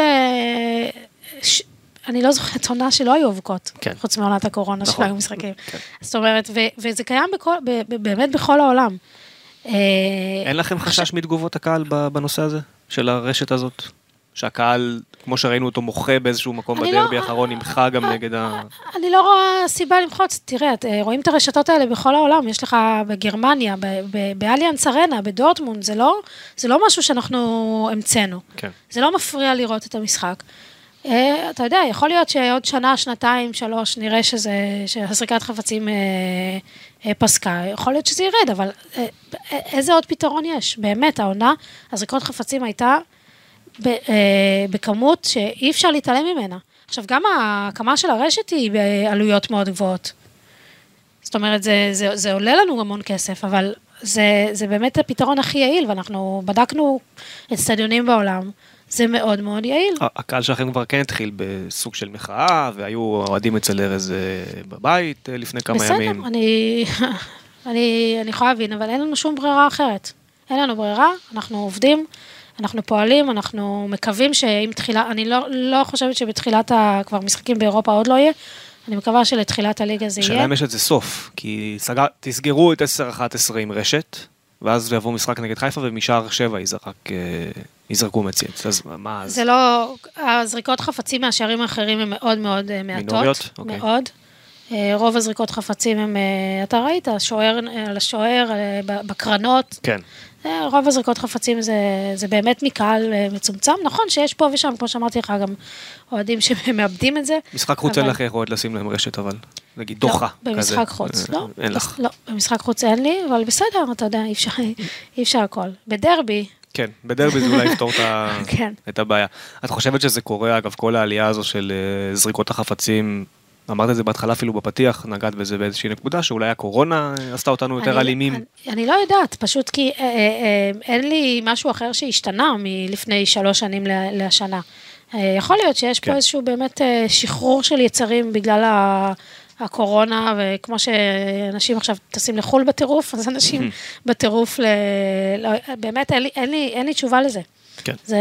אני לא זוכרת עונה שלא היו אבוקות, חוץ מעונת הקורונה שלא היו משחקים. זאת אומרת, וזה קיים באמת בכל העולם. אין לכם חשש מתגובות הקהל בנושא הזה, של הרשת הזאת? שהקהל, כמו שראינו אותו, מוחה באיזשהו מקום בדרבי האחרון, ימחה גם נגד ה... אני לא רואה סיבה למחוץ. תראה, רואים את הרשתות האלה בכל העולם. יש לך בגרמניה, באליאנס ארנה, בדורטמונד, זה לא, זה לא משהו שאנחנו המצאנו. כן. זה לא מפריע לראות את המשחק. אתה יודע, יכול להיות שעוד שנה, שנתיים, שלוש, נראה שזה, שהזריקת חפצים פסקה. יכול להיות שזה ירד, אבל איזה עוד פתרון יש? באמת, העונה, הזריקות חפצים הייתה בכמות שאי אפשר להתעלם ממנה. עכשיו, גם ההקמה של הרשת היא בעלויות מאוד גבוהות. זאת אומרת, זה, זה, זה עולה לנו המון כסף, אבל זה, זה באמת הפתרון הכי יעיל, ואנחנו בדקנו את סטדיונים בעולם, זה מאוד מאוד יעיל. הקהל שלכם כבר כן התחיל בסוג של מחאה, והיו אוהדים אצל ארז בבית לפני כמה בסדר, ימים. בסדר, אני, אני, אני יכולה להבין, אבל אין לנו שום ברירה אחרת. אין לנו ברירה, אנחנו עובדים, אנחנו פועלים, אנחנו מקווים שאם תחילה, אני לא, לא חושבת שבתחילת כבר משחקים באירופה עוד לא יהיה, אני מקווה שלתחילת הליגה זה יהיה. שאלה אם יש את זה סוף, כי סגר, תסגרו את עשר אחת עשרה עם רשת, ואז יבוא משחק נגד חיפה, ומשאר שבע יזרק, יזרקו מציץ. אז מה אז? זה לא, הזריקות חפצים מהשערים האחרים הם מאוד מאוד מעטות. מינוריות? אוקיי. מאוד. רוב הזריקות חפצים הם, אתה ראית, השוער, על השוער, בקרנות. כן. רוב הזריקות חפצים זה, זה באמת מקהל מצומצם. נכון שיש פה ושם, כמו שאמרתי לך, גם אוהדים שמאבדים את זה. משחק חוץ אין לך יכולת לשים להם רשת, אבל נגיד דוחה. לא, במשחק חוץ, לא. אין לך. לא, במשחק חוץ אין לי, אבל בסדר, אתה יודע, אי אפשר הכל. בדרבי. כן, בדרבי זה אולי יפתור את הבעיה. את חושבת שזה קורה, אגב, כל העלייה הזו של זריקות החפצים, אמרת את זה בהתחלה אפילו בפתיח, נגעת בזה באיזושהי נקודה, שאולי הקורונה עשתה אותנו יותר אלימים. אני, אני לא יודעת, פשוט כי אה, אה, אין לי משהו אחר שהשתנה מלפני שלוש שנים לשנה. אה, יכול להיות שיש כן. פה איזשהו באמת אה, שחרור של יצרים בגלל ה... הקורונה, וכמו שאנשים עכשיו טסים לחול בטירוף, אז אנשים בטירוף, ל... לא, באמת אין לי, אין לי, אין לי תשובה לזה. כן. זו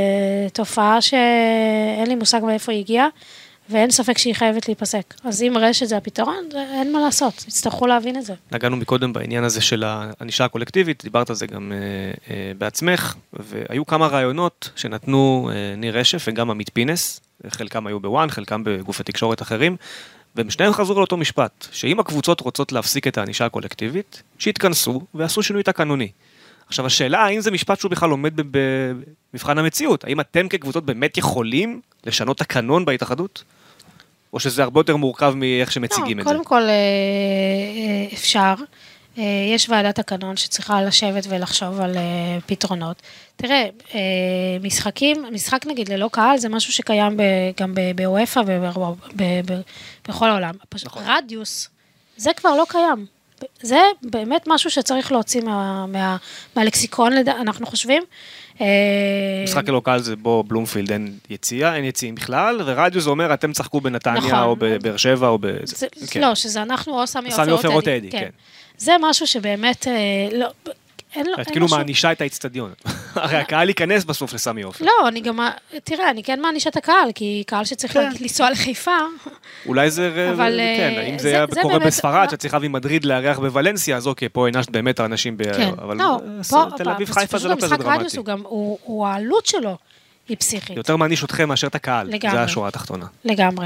תופעה שאין לי מושג מאיפה היא הגיעה, ואין ספק שהיא חייבת להיפסק. אז אם רשת זה הפתרון, אין מה לעשות, יצטרכו להבין את זה. נגענו מקודם בעניין הזה של הענישה הקולקטיבית, דיברת על זה גם אה, אה, בעצמך, והיו כמה רעיונות שנתנו אה, ניר רשף וגם עמית פינס, חלקם היו בוואן, חלקם בגופי תקשורת אחרים, והם שניהם חזרו לאותו משפט, שאם הקבוצות רוצות להפסיק את הענישה הקולקטיבית, שיתכנסו ועשו שינוי תקנוני. עכשיו השאלה, האם זה משפט שהוא בכלל עומד במבחן המציאות? האם אתם כקבוצות באמת יכולים לשנות תקנון בהתאחדות? או שזה הרבה יותר מורכב מאיך שמציגים את זה? קודם כל אפשר. יש ועדת תקנון שצריכה לשבת ולחשוב על פתרונות. תראה, משחקים, משחק נגיד ללא קהל, זה משהו שקיים גם באופה ובכל העולם. רדיוס, זה כבר לא קיים. זה באמת משהו שצריך להוציא מהלקסיקון, אנחנו חושבים. משחק ללא קהל זה בו בלומפילד, אין יציאה, אין יציאים בכלל, ורדיוס זה אומר, אתם צחקו בנתניה או בבאר שבע או ב... לא, שזה אנחנו או סמי סמי עופר או טדי, כן. זה משהו שבאמת, לא, אין לו, את כאילו מענישה את האצטדיון. הרי הקהל ייכנס בסוף לסמי עופר. לא, אני גם, תראה, אני כן מענישה את הקהל, כי קהל שצריך לנסוע לחיפה. אולי זה, כן, אם זה קורה בספרד, שצריך להביא מדריד לארח בוולנסיה, אז אוקיי, פה הענשת באמת האנשים, אבל תל אביב חיפה זה לא כזה דרמטי. הוא העלות שלו היא פסיכית. יותר מעניש אתכם מאשר את הקהל, זה השורה התחתונה. לגמרי.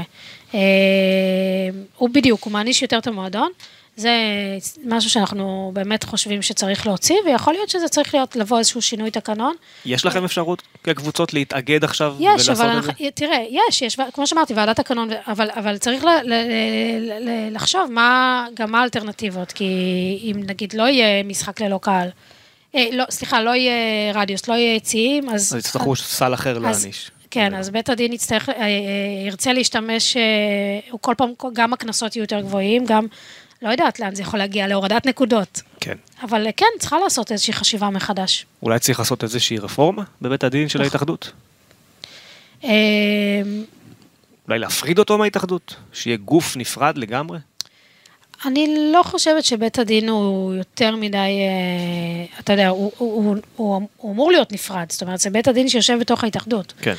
הוא בדיוק, הוא מעניש יותר את המועדון, זה משהו שאנחנו באמת חושבים שצריך להוציא, ויכול להיות שזה צריך להיות, לבוא איזשהו שינוי תקנון. יש לכם אפשרות כקבוצות להתאגד עכשיו יש, אבל אנחנו, תראה, יש, יש, כמו שאמרתי, ועדת תקנון, אבל, אבל צריך ל, ל, ל, ל, לחשוב מה, גם מה האלטרנטיבות, כי אם נגיד לא יהיה משחק ללא קהל, אה, לא, סליחה, לא יהיה רדיוס, לא יהיה יציאים, אז... אז יצטרכו סל אחר להעניש. כן, אז בית הדין יצטרך, ירצה להשתמש, הוא כל פעם, גם הכנסות יהיו יותר גבוהים, גם... לא יודעת לאן זה יכול להגיע, להורדת נקודות. כן. אבל כן, צריכה לעשות איזושהי חשיבה מחדש. אולי צריך לעשות איזושהי רפורמה בבית הדין של ההתאחדות? אולי להפריד אותו מההתאחדות? שיהיה גוף נפרד לגמרי? אני לא חושבת שבית הדין הוא יותר מדי, אתה יודע, הוא, הוא, הוא, הוא אמור להיות נפרד, זאת אומרת, זה בית הדין שיושב בתוך ההתאחדות. כן.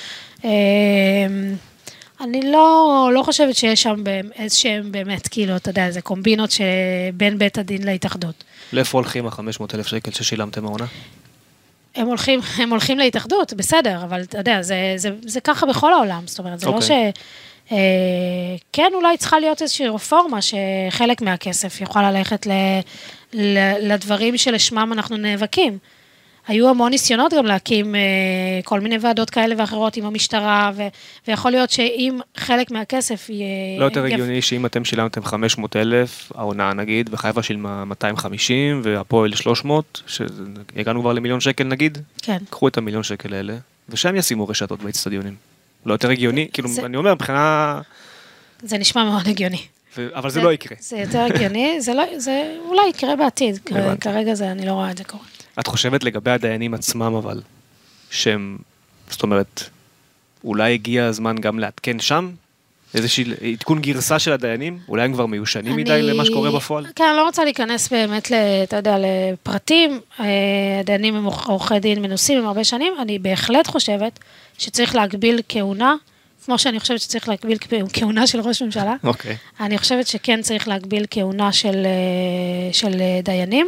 אני לא, לא חושבת שיש שם איזשהם באמת, כאילו, אתה יודע, זה קומבינות שבין בית הדין להתאחדות. לאיפה הולכים ה-חמש מאות אלף שקל ששילמתם העונה? הם הולכים, הם הולכים להתאחדות, בסדר, אבל אתה יודע, זה, זה, זה ככה בכל העולם, זאת אומרת, זה okay. לא ש... אה, כן, אולי צריכה להיות איזושהי רפורמה, שחלק מהכסף יכול ללכת ל, ל, לדברים שלשמם אנחנו נאבקים. היו המון ניסיונות גם להקים כל מיני ועדות כאלה ואחרות עם המשטרה, ויכול להיות שאם חלק מהכסף יהיה... לא יותר הגיוני שאם אתם שילמתם חמש מאות אלף, העונה נגיד, וחיפה שילמה מאתיים וחמישים, והפועל שלוש מאות, שהגענו כבר למיליון שקל נגיד, כן. קחו את המיליון שקל האלה, ושם ישימו רשתות באצטדיונים. לא יותר הגיוני, כאילו אני אומר, מבחינה... זה נשמע מאוד הגיוני. אבל זה לא יקרה. זה יותר הגיוני, זה אולי יקרה בעתיד, כרגע זה, אני לא רואה את זה קורה. את חושבת לגבי הדיינים עצמם, אבל, שהם, זאת אומרת, אולי הגיע הזמן גם להתקן שם? איזושהי עדכון גרסה של הדיינים? אולי הם כבר מיושנים אני... מדי למה שקורה בפועל? כן, אני לא רוצה להיכנס באמת, אתה יודע, לפרטים. הדיינים הם עורכי דין מנוסים עם הרבה שנים. אני בהחלט חושבת שצריך להגביל כהונה, כמו שאני חושבת שצריך להגביל כהונה של ראש ממשלה. אוקיי. אני חושבת שכן צריך להגביל כהונה של, של דיינים.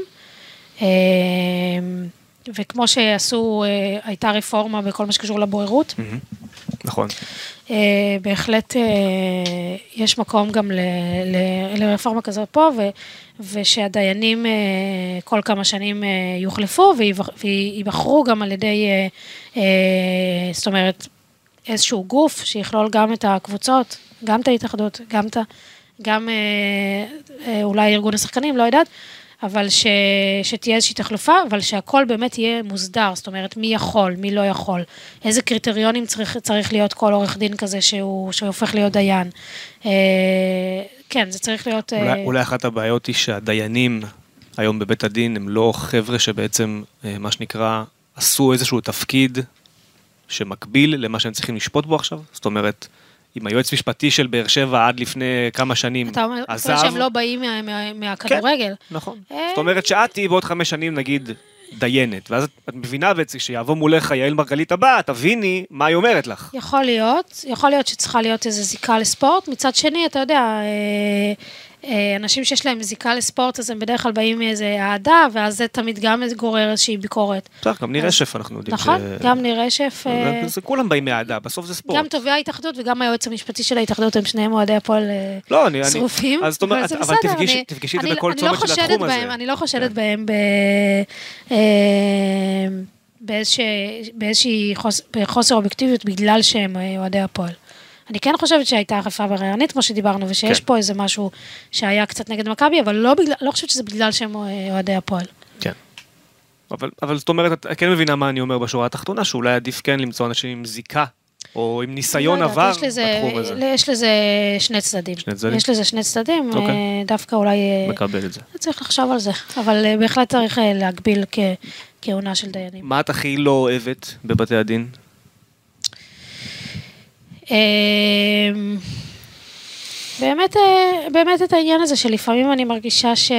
וכמו שעשו, הייתה רפורמה בכל מה שקשור לבוררות. נכון. בהחלט יש מקום גם לרפורמה כזאת פה, ושהדיינים כל כמה שנים יוחלפו, ויבחרו גם על ידי, זאת אומרת, איזשהו גוף שיכלול גם את הקבוצות, גם את ההתאחדות, גם, את, גם אולי ארגון השחקנים, לא יודעת, אבל ש, שתהיה איזושהי תחלופה, אבל שהכל באמת יהיה מוסדר, זאת אומרת, מי יכול, מי לא יכול, איזה קריטריונים צריך, צריך להיות כל עורך דין כזה שהוא, שהופך להיות דיין. אה, כן, זה צריך להיות... אולי, אה... אולי אחת הבעיות היא שהדיינים היום בבית הדין הם לא חבר'ה שבעצם, אה, מה שנקרא, עשו איזשהו תפקיד שמקביל למה שהם צריכים לשפוט בו עכשיו, זאת אומרת, עם היועץ משפטי של באר שבע עד לפני כמה שנים אתה אומר עזב. שהם לא באים מה, מה, מהכדורגל. כן, נכון. אה... זאת אומרת שאת תהיי בעוד חמש שנים נגיד דיינת, ואז את, את מבינה בעצם שיעבור מולך יעל מרגלית הבאה, תביני מה היא אומרת לך. יכול להיות, יכול להיות שצריכה להיות איזו זיקה לספורט, מצד שני אתה יודע, אה, אה, אנשים שיש להם זיקה לספורט, אז הם בדרך כלל באים מאיזה אהדה, ואז זה תמיד גם גורר איזושהי ביקורת. צריך, גם נראה שף אנחנו יודעים. נכון, גם נראה שף. זה כולם באים מאהדה, בסוף זה ספורט. גם טובי ההתאחדות וגם היועץ המשפטי של ההתאחדות, הם שניהם אוהדי הפועל שרופים. אז אבל תפגשי את זה בכל צומת של התחום הזה. אני לא חושדת בהם באיזושהי חוסר אובייקטיביות, בגלל שהם אוהדי הפועל. אני כן חושבת שהייתה אכיפה בררנית, כמו שדיברנו, ושיש כן. פה איזה משהו שהיה קצת נגד מכבי, אבל לא, בגלל, לא חושבת שזה בגלל שהם אוהדי הפועל. כן. אבל, אבל זאת אומרת, את כן מבינה מה אני אומר בשורה התחתונה, שאולי עדיף כן למצוא אנשים עם זיקה, או עם ניסיון לא עבר יודעת, יש לזה, בתחום הזה. יש לזה שני צדדים. שני צדדים? יש לזה שני צדדים, אוקיי. דווקא אולי... מקבל את זה. צריך לחשוב על זה, אבל בהחלט צריך להגביל כ, כהונה של דיינים. מה את הכי לא אוהבת בבתי הדין? באמת, באמת את העניין הזה שלפעמים אני מרגישה ש...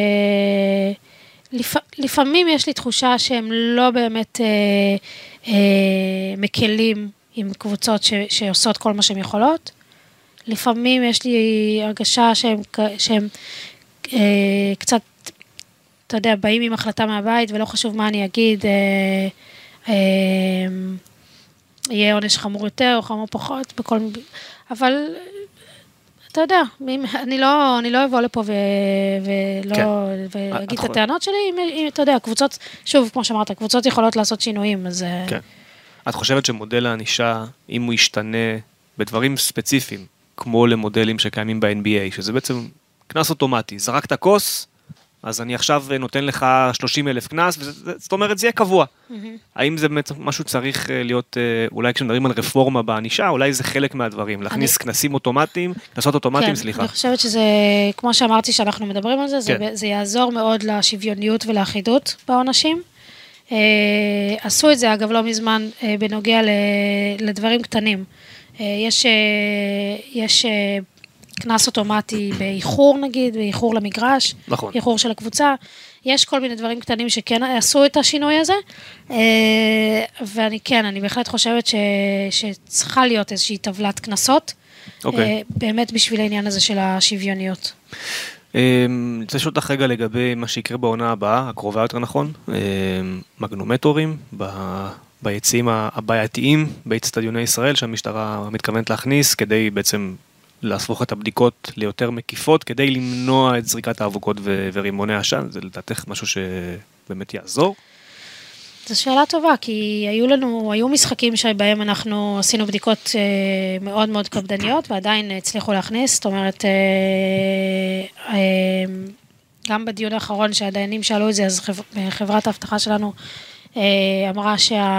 לפ... לפעמים יש לי תחושה שהם לא באמת אה, אה, מקלים עם קבוצות ש... שעושות כל מה שהן יכולות. לפעמים יש לי הרגשה שהם, שהם אה, קצת, אתה יודע, באים עם החלטה מהבית ולא חשוב מה אני אגיד, אה, אה, יהיה עונש חמור יותר או חמור פחות, בכל... אבל אתה יודע, אני לא, אני לא אבוא לפה ו... ולא... כן. ואגיד את הטענות שלי, אם, אתה יודע, קבוצות, שוב, כמו שאמרת, קבוצות יכולות לעשות שינויים, אז... כן. את חושבת שמודל הענישה, אם הוא ישתנה בדברים ספציפיים, כמו למודלים שקיימים ב-אן בי איי, שזה בעצם כנס אוטומטי, זרקת כוס, אז אני עכשיו נותן לך שלושים אלף כנס, זאת אומרת, זה יהיה קבוע. האם זה באמת משהו צריך להיות, אולי כשמדברים על רפורמה בענישה, אולי זה חלק מהדברים, להכניס כנסים אוטומטיים, כנסות אוטומטיים, סליחה. אני חושבת שזה, כמו שאמרתי שאנחנו מדברים על זה, זה יעזור מאוד לשוויוניות ולאחידות בעונשים. עשו את זה, אגב, לא מזמן, בנוגע לדברים קטנים. יש, יש כנס אוטומטי באיחור נגיד, באיחור למגרש, נכון. איחור של הקבוצה, יש כל מיני דברים קטנים שכן עשו את השינוי הזה, ואני כן, אני בהחלט חושבת ש, שצריכה להיות איזושהי טבלת כנסות, אוקיי. באמת בשביל העניין הזה של השוויוניות. אני רוצה לשאול אותך רגע לגבי מה שיקרה בעונה הבאה, הקרובה יותר נכון, מגנומטורים ביציעים הבעייתיים באצטדיוני ישראל, שהמשטרה מתכוונת להכניס כדי בעצם להפוך את הבדיקות ליותר מקיפות, כדי למנוע את זריקת האבוקות ורימוני עשן. זה לדעתך משהו שבאמת יעזור? זו שאלה טובה, כי היו לנו, היו משחקים שבהם אנחנו עשינו בדיקות מאוד מאוד קפדניות, ועדיין הצליחו להכניס, זאת אומרת, גם בדיון האחרון שהדיינים שאלו את זה, אז חברת ההבטחה שלנו אמרה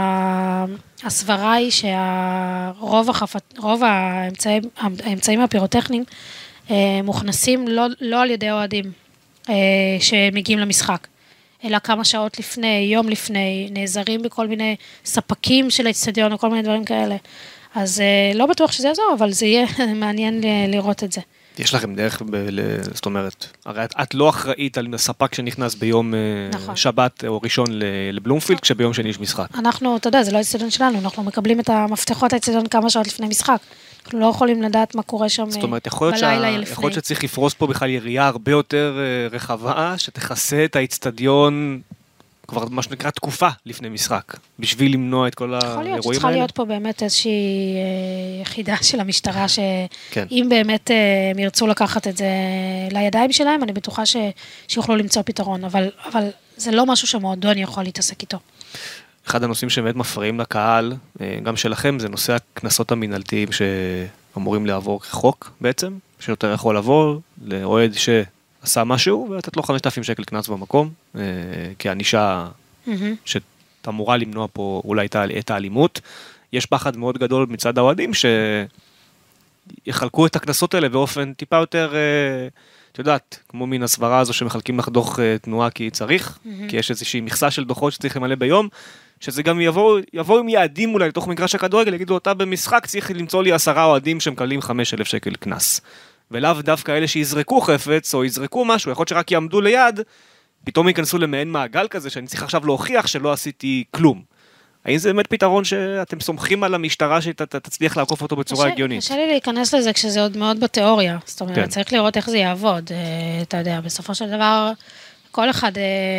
שהסברה היא שהרוב החפת, רוב האמצעים, האמצעים הפירוטכניים מוכנסים לא, לא על ידי אוהדים שמגיעים למשחק, אלא כמה שעות לפני, יום לפני, נעזרים בכל מיני ספקים של האצטדיון או כל מיני דברים כאלה. אז לא בטוח שזה יעזור, אבל זה יהיה מעניין לראות את זה. יש לכם דרך, ב- זאת אומרת, הרי את, את לא אחראית על הספק שנכנס ביום נכון. שבת או ראשון לבלומפילד, כשביום שני יש משחק. אנחנו, אתה יודע, זה לא האצטדיון שלנו, אנחנו מקבלים את המפתחות האצטדיון כמה שעות לפני משחק. אנחנו לא יכולים לדעת מה קורה שם בלילה לפני. זאת אומרת, יכול להיות, שה... יכול להיות שצריך לפרוס פה בכלל יריעה הרבה יותר רחבה, שתכסה את האצטדיון כבר מה שנקרא תקופה לפני משחק, בשביל למנוע את כל האירועים האלה. יכול להיות שצריכה להיות פה באמת איזושהי יחידה של המשטרה, שאם באמת הם ירצו לקחת את זה לידיים שלהם, אני בטוחה שיוכלו למצוא פתרון, אבל, אבל זה לא משהו שמועדון יכול להתעסק איתו. אחד הנושאים שבאמת מפריעים לקהל, גם שלכם, זה נושא הכנסות המנהלתיים שאמורים לעבור כחוק בעצם, שיותר יכול לבוא לאוהד ש... עשה משהו, ולתת לו חמשת אלפים שקל כנס במקום, כאנישה שתמורה למנוע פה אולי את האלימות. יש פחד מאוד גדול מצד האוהדים, שיחלקו את הכנסות האלה באופן טיפה יותר, את יודעת, כמו מן הסברה הזו שמחלקים לך דוח תנועה כי צריך, כי יש איזושהי מכסה של דוחות שצריך למלא ביום, שזה גם יבוא, יבוא עם יעדים אולי לתוך מגרש הכדורגל, יגידו אותה במשחק, צריך למצוא לי עשרה אוהדים שמקבלים חמשת אלפים שקל כנס. ולאו דווקא אלה שיזרקו חפץ, או יזרקו משהו, יכול להיות שרק יעמדו ליד, פתאום ייכנסו למעין מעגל כזה, שאני צריך עכשיו להוכיח שלא עשיתי כלום. האם זה באמת פתרון שאתם סומכים על המשטרה, שתצליח לעקוף אותו בצורה הגיונית? קשה לי להיכנס לזה כשזה עוד מאוד בתיאוריה, זאת אומרת, צריך לראות איך זה יעבוד, אתה יודע, בסופו של דבר, כל אחד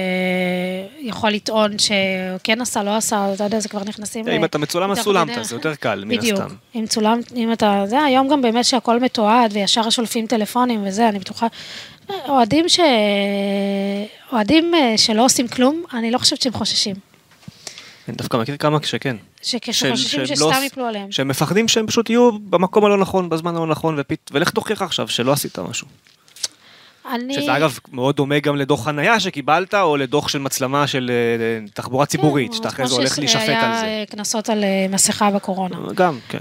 יכול לטעון שכן עשה, לא עשה, אתה יודע, זה כבר נכנסים... אם אתה מצולם, מצולמת, זה יותר קל, מן הסתם. בדיוק, אם צולם, אם אתה... זה היום גם באמת שהכל מתועד, וישר שולפים טלפונים וזה, אני בטוחה... אוהדים ש... אוהדים שלא עושים כלום, אני לא חושבת שהם חוששים. אני דווקא מכיר כמה שכן. שחוששים שסתם יפלו עליהם. שהם מפחדים שהם פשוט יהיו במקום הלא נכון, בזמן הלא נכון, ולך תוכיח עכשיו שלא עשית משהו. אני... שזה אגב מאוד דומה גם לדוח חנייה שקיבלת, או לדוח של מצלמה של תחבורה ציבורית, שאתה אחרי זה הולך להישפט על זה. היה כנסות על מסכה בקורונה. גם, כן.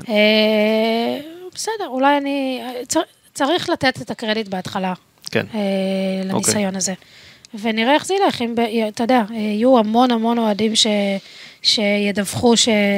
בסדר, אולי אני... צריך לתת את הקרדיט בהתחלה. כן. לניסיון הזה. ונראה איך זה ילך, אם, אתה יודע, יהיו המון המון אוהדים ש... שידווחו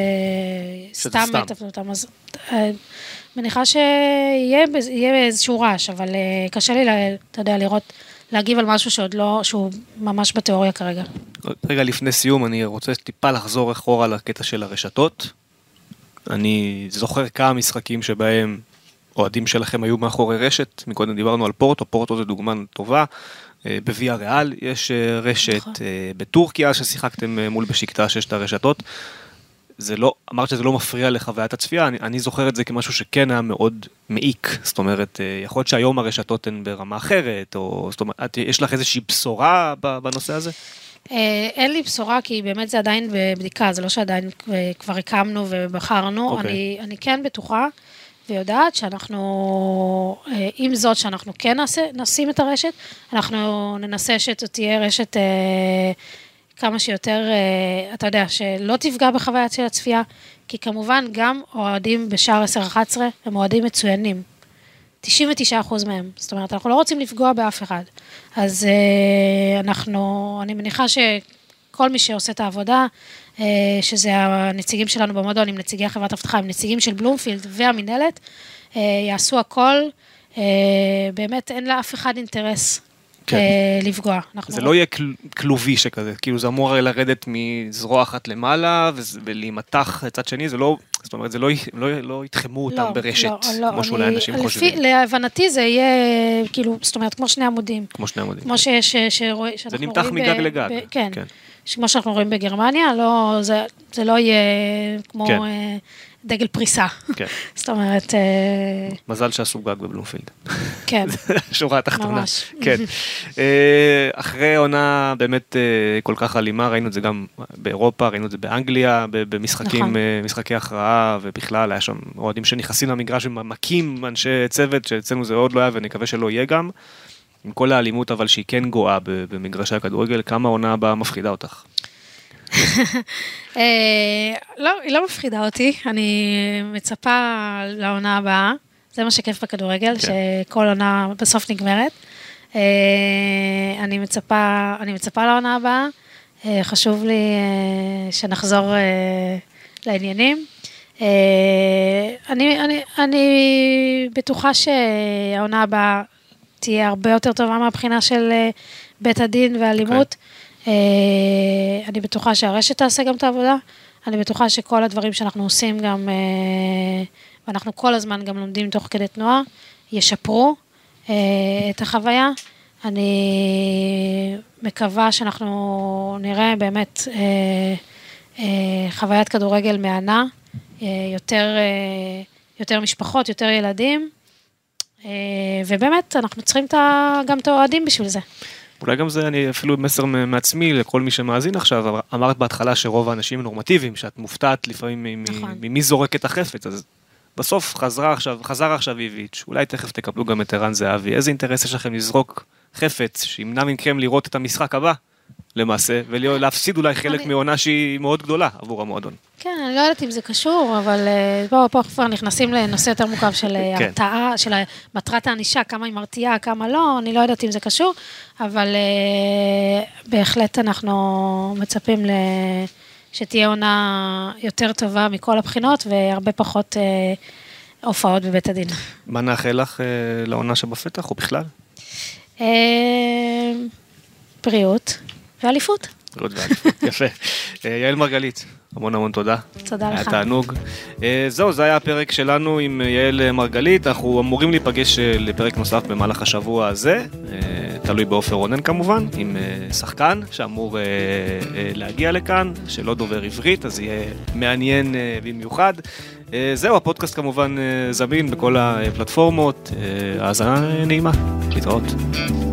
שסתם מטפלו אותם, אז מניחה שיהיה איזשהו רעש, אבל קשה לי, אתה יודע, לראות, להגיב על משהו שעוד לא, שהוא ממש בתיאוריה כרגע. רגע, לפני סיום, אני רוצה טיפה לחזור אחורה לקטע של הרשתות. אני זוכר כמה משחקים שבהם אוהדים שלכם היו מאחורי רשת, מקודם דיברנו על פורטו, פורטו זה דוגמה טובה, בוויה ריאל יש רשת, בטורקיה ששיחקתם מול בשיקטש יש את הרשתות, זה לא, אמרת שזה לא מפריע לחוויית הצפייה, אני, אני זוכר את זה כמשהו שכן היה מאוד מעיק, זאת אומרת, יכול להיות שהיום הרשתות הן ברמה אחרת, או זאת אומרת, יש לך איזושהי בשורה בנושא הזה? אין לי בשורה, כי באמת זה עדיין בבדיקה, זה לא שעדיין כבר הקמנו ובחרנו, okay. אני, אני כן בטוחה, ויודעת שאנחנו, עם זאת שאנחנו כן נעשה, נשים את הרשת, אנחנו ננסה שתהיה רשת כמה שיותר, אתה יודע, שלא תפגע בחוויית של הצפייה, כי כמובן גם אוהדים בשער עשר אחת עשרה, הם אוהדים מצוינים, תשעים ותשעה אחוז מהם, זאת אומרת, אנחנו לא רוצים לפגוע באף אחד, אז אנחנו, אני מניחה שכל מי שעושה את העבודה, שזה הנציגים שלנו במועדון, עם נציגי החברת הבטחה, עם נציגים של בלומפילד והמנהלת, יעשו הכל, באמת אין לאף אחד אינטרס לפגוע. זה לא יהיה כלובי שכזה, כאילו זה אמור לרדת מזרוע אחת למעלה, ולהימתח לצד שני, זה לא, זאת אומרת, זה לא יתחמו אותם ברשת, כמו שאולי אנשים חושבים. להבנתי זה יהיה, כאילו, זאת אומרת, כמו שני עמודים. כמו שני עמודים. כמו שיש, זה נמתח מגג לגג. כן. כמו שאנחנו רואים בגרמניה, לא, זה, זה לא יהיה כמו כן. דגל פריסה. כן. זאת אומרת... מזל שעשו גג בבלומפילד. כן. שורה התחתונה. ממש. כן. אחרי עונה באמת כל כך אלימה, ראינו את זה גם באירופה, ראינו את זה באנגליה, במשחקים, נכון. משחקי הכרעה, ובכלל היה שם אוהדים שנכנסים למגרש וממקים אנשי צוות, שאצלנו זה עוד לא היה, ונקווה שלא יהיה גם. עם כל האלימות, אבל שהיא כן גואה במגרשי הכדורגל, כמה העונה הבאה מפחידה אותך? לא, היא לא מפחידה אותי, אני מצפה לעונה הבאה, זה מה שכיף בכדורגל, שכל עונה בסוף נגמרת. אני מצפה, אני מצפה לעונה הבאה, חשוב לי שנחזור לעניינים. אני, אני, אני בטוחה שהעונה הבאה תהיה הרבה יותר טובה מהבחינה של בית הדין ואלימות. Okay. אני בטוחה שהרשת תעשה גם את העבודה, אני בטוחה שכל הדברים שאנחנו עושים גם, ואנחנו כל הזמן גם לומדים תוך כדי תנועה, ישפרו את החוויה. אני מקווה שאנחנו נראה באמת חוויית כדורגל מענה, יותר, יותר משפחות, יותר ילדים, ובאמת, אנחנו צריכים גם את האוהדים בשביל זה. אולי גם זה, אני אפילו מסר מעצמי לכל מי שמאזין עכשיו, אמרת בהתחלה שרוב האנשים נורמטיביים, שאת מופתעת לפעמים ממי זורק את החפץ, אז בסוף חזרה עכשיו, חזר עכשיו איביץ', אולי תכף תקבלו גם את ערן זהבי, איזה אינטרס יש לכם לזרוק חפץ, שימנע מכם לראות את המשחק הבא, למעשה, ולהפסיד אולי חלק מעונה שהיא מאוד גדולה עבור המועדון. כן, אני לא יודעת אם זה קשור, אבל בואו, פה כבר נכנסים לנושא יותר מורכב של הרתעה, של מטרת האנישה, כמה היא מרתיעה, כמה לא, אני לא יודעת אם זה קשור, אבל בהחלט אנחנו מצפים שתהיה עונה יותר טובה מכל הבחינות, והרבה פחות הופעות בבית הדין. מה נאחל לך לעונה שבפתח, או בכלל? בריאות. ואליפות. בריאות ואליפות, יפה. יעל מרגלית, המון המון תודה. תודה לך. היה תענוג. זהו, זה היה הפרק שלנו עם יעל מרגלית, אנחנו אמורים להיפגש לפרק נוסף במהלך השבוע הזה, תלוי באופר רונן כמובן, עם שחקן שאמור להגיע לכאן, שלא דובר עברית, אז יהיה מעניין במיוחד. זהו, הפודקאסט כמובן זמין בכל הפלטפורמות, האזנה נעימה, להתראות.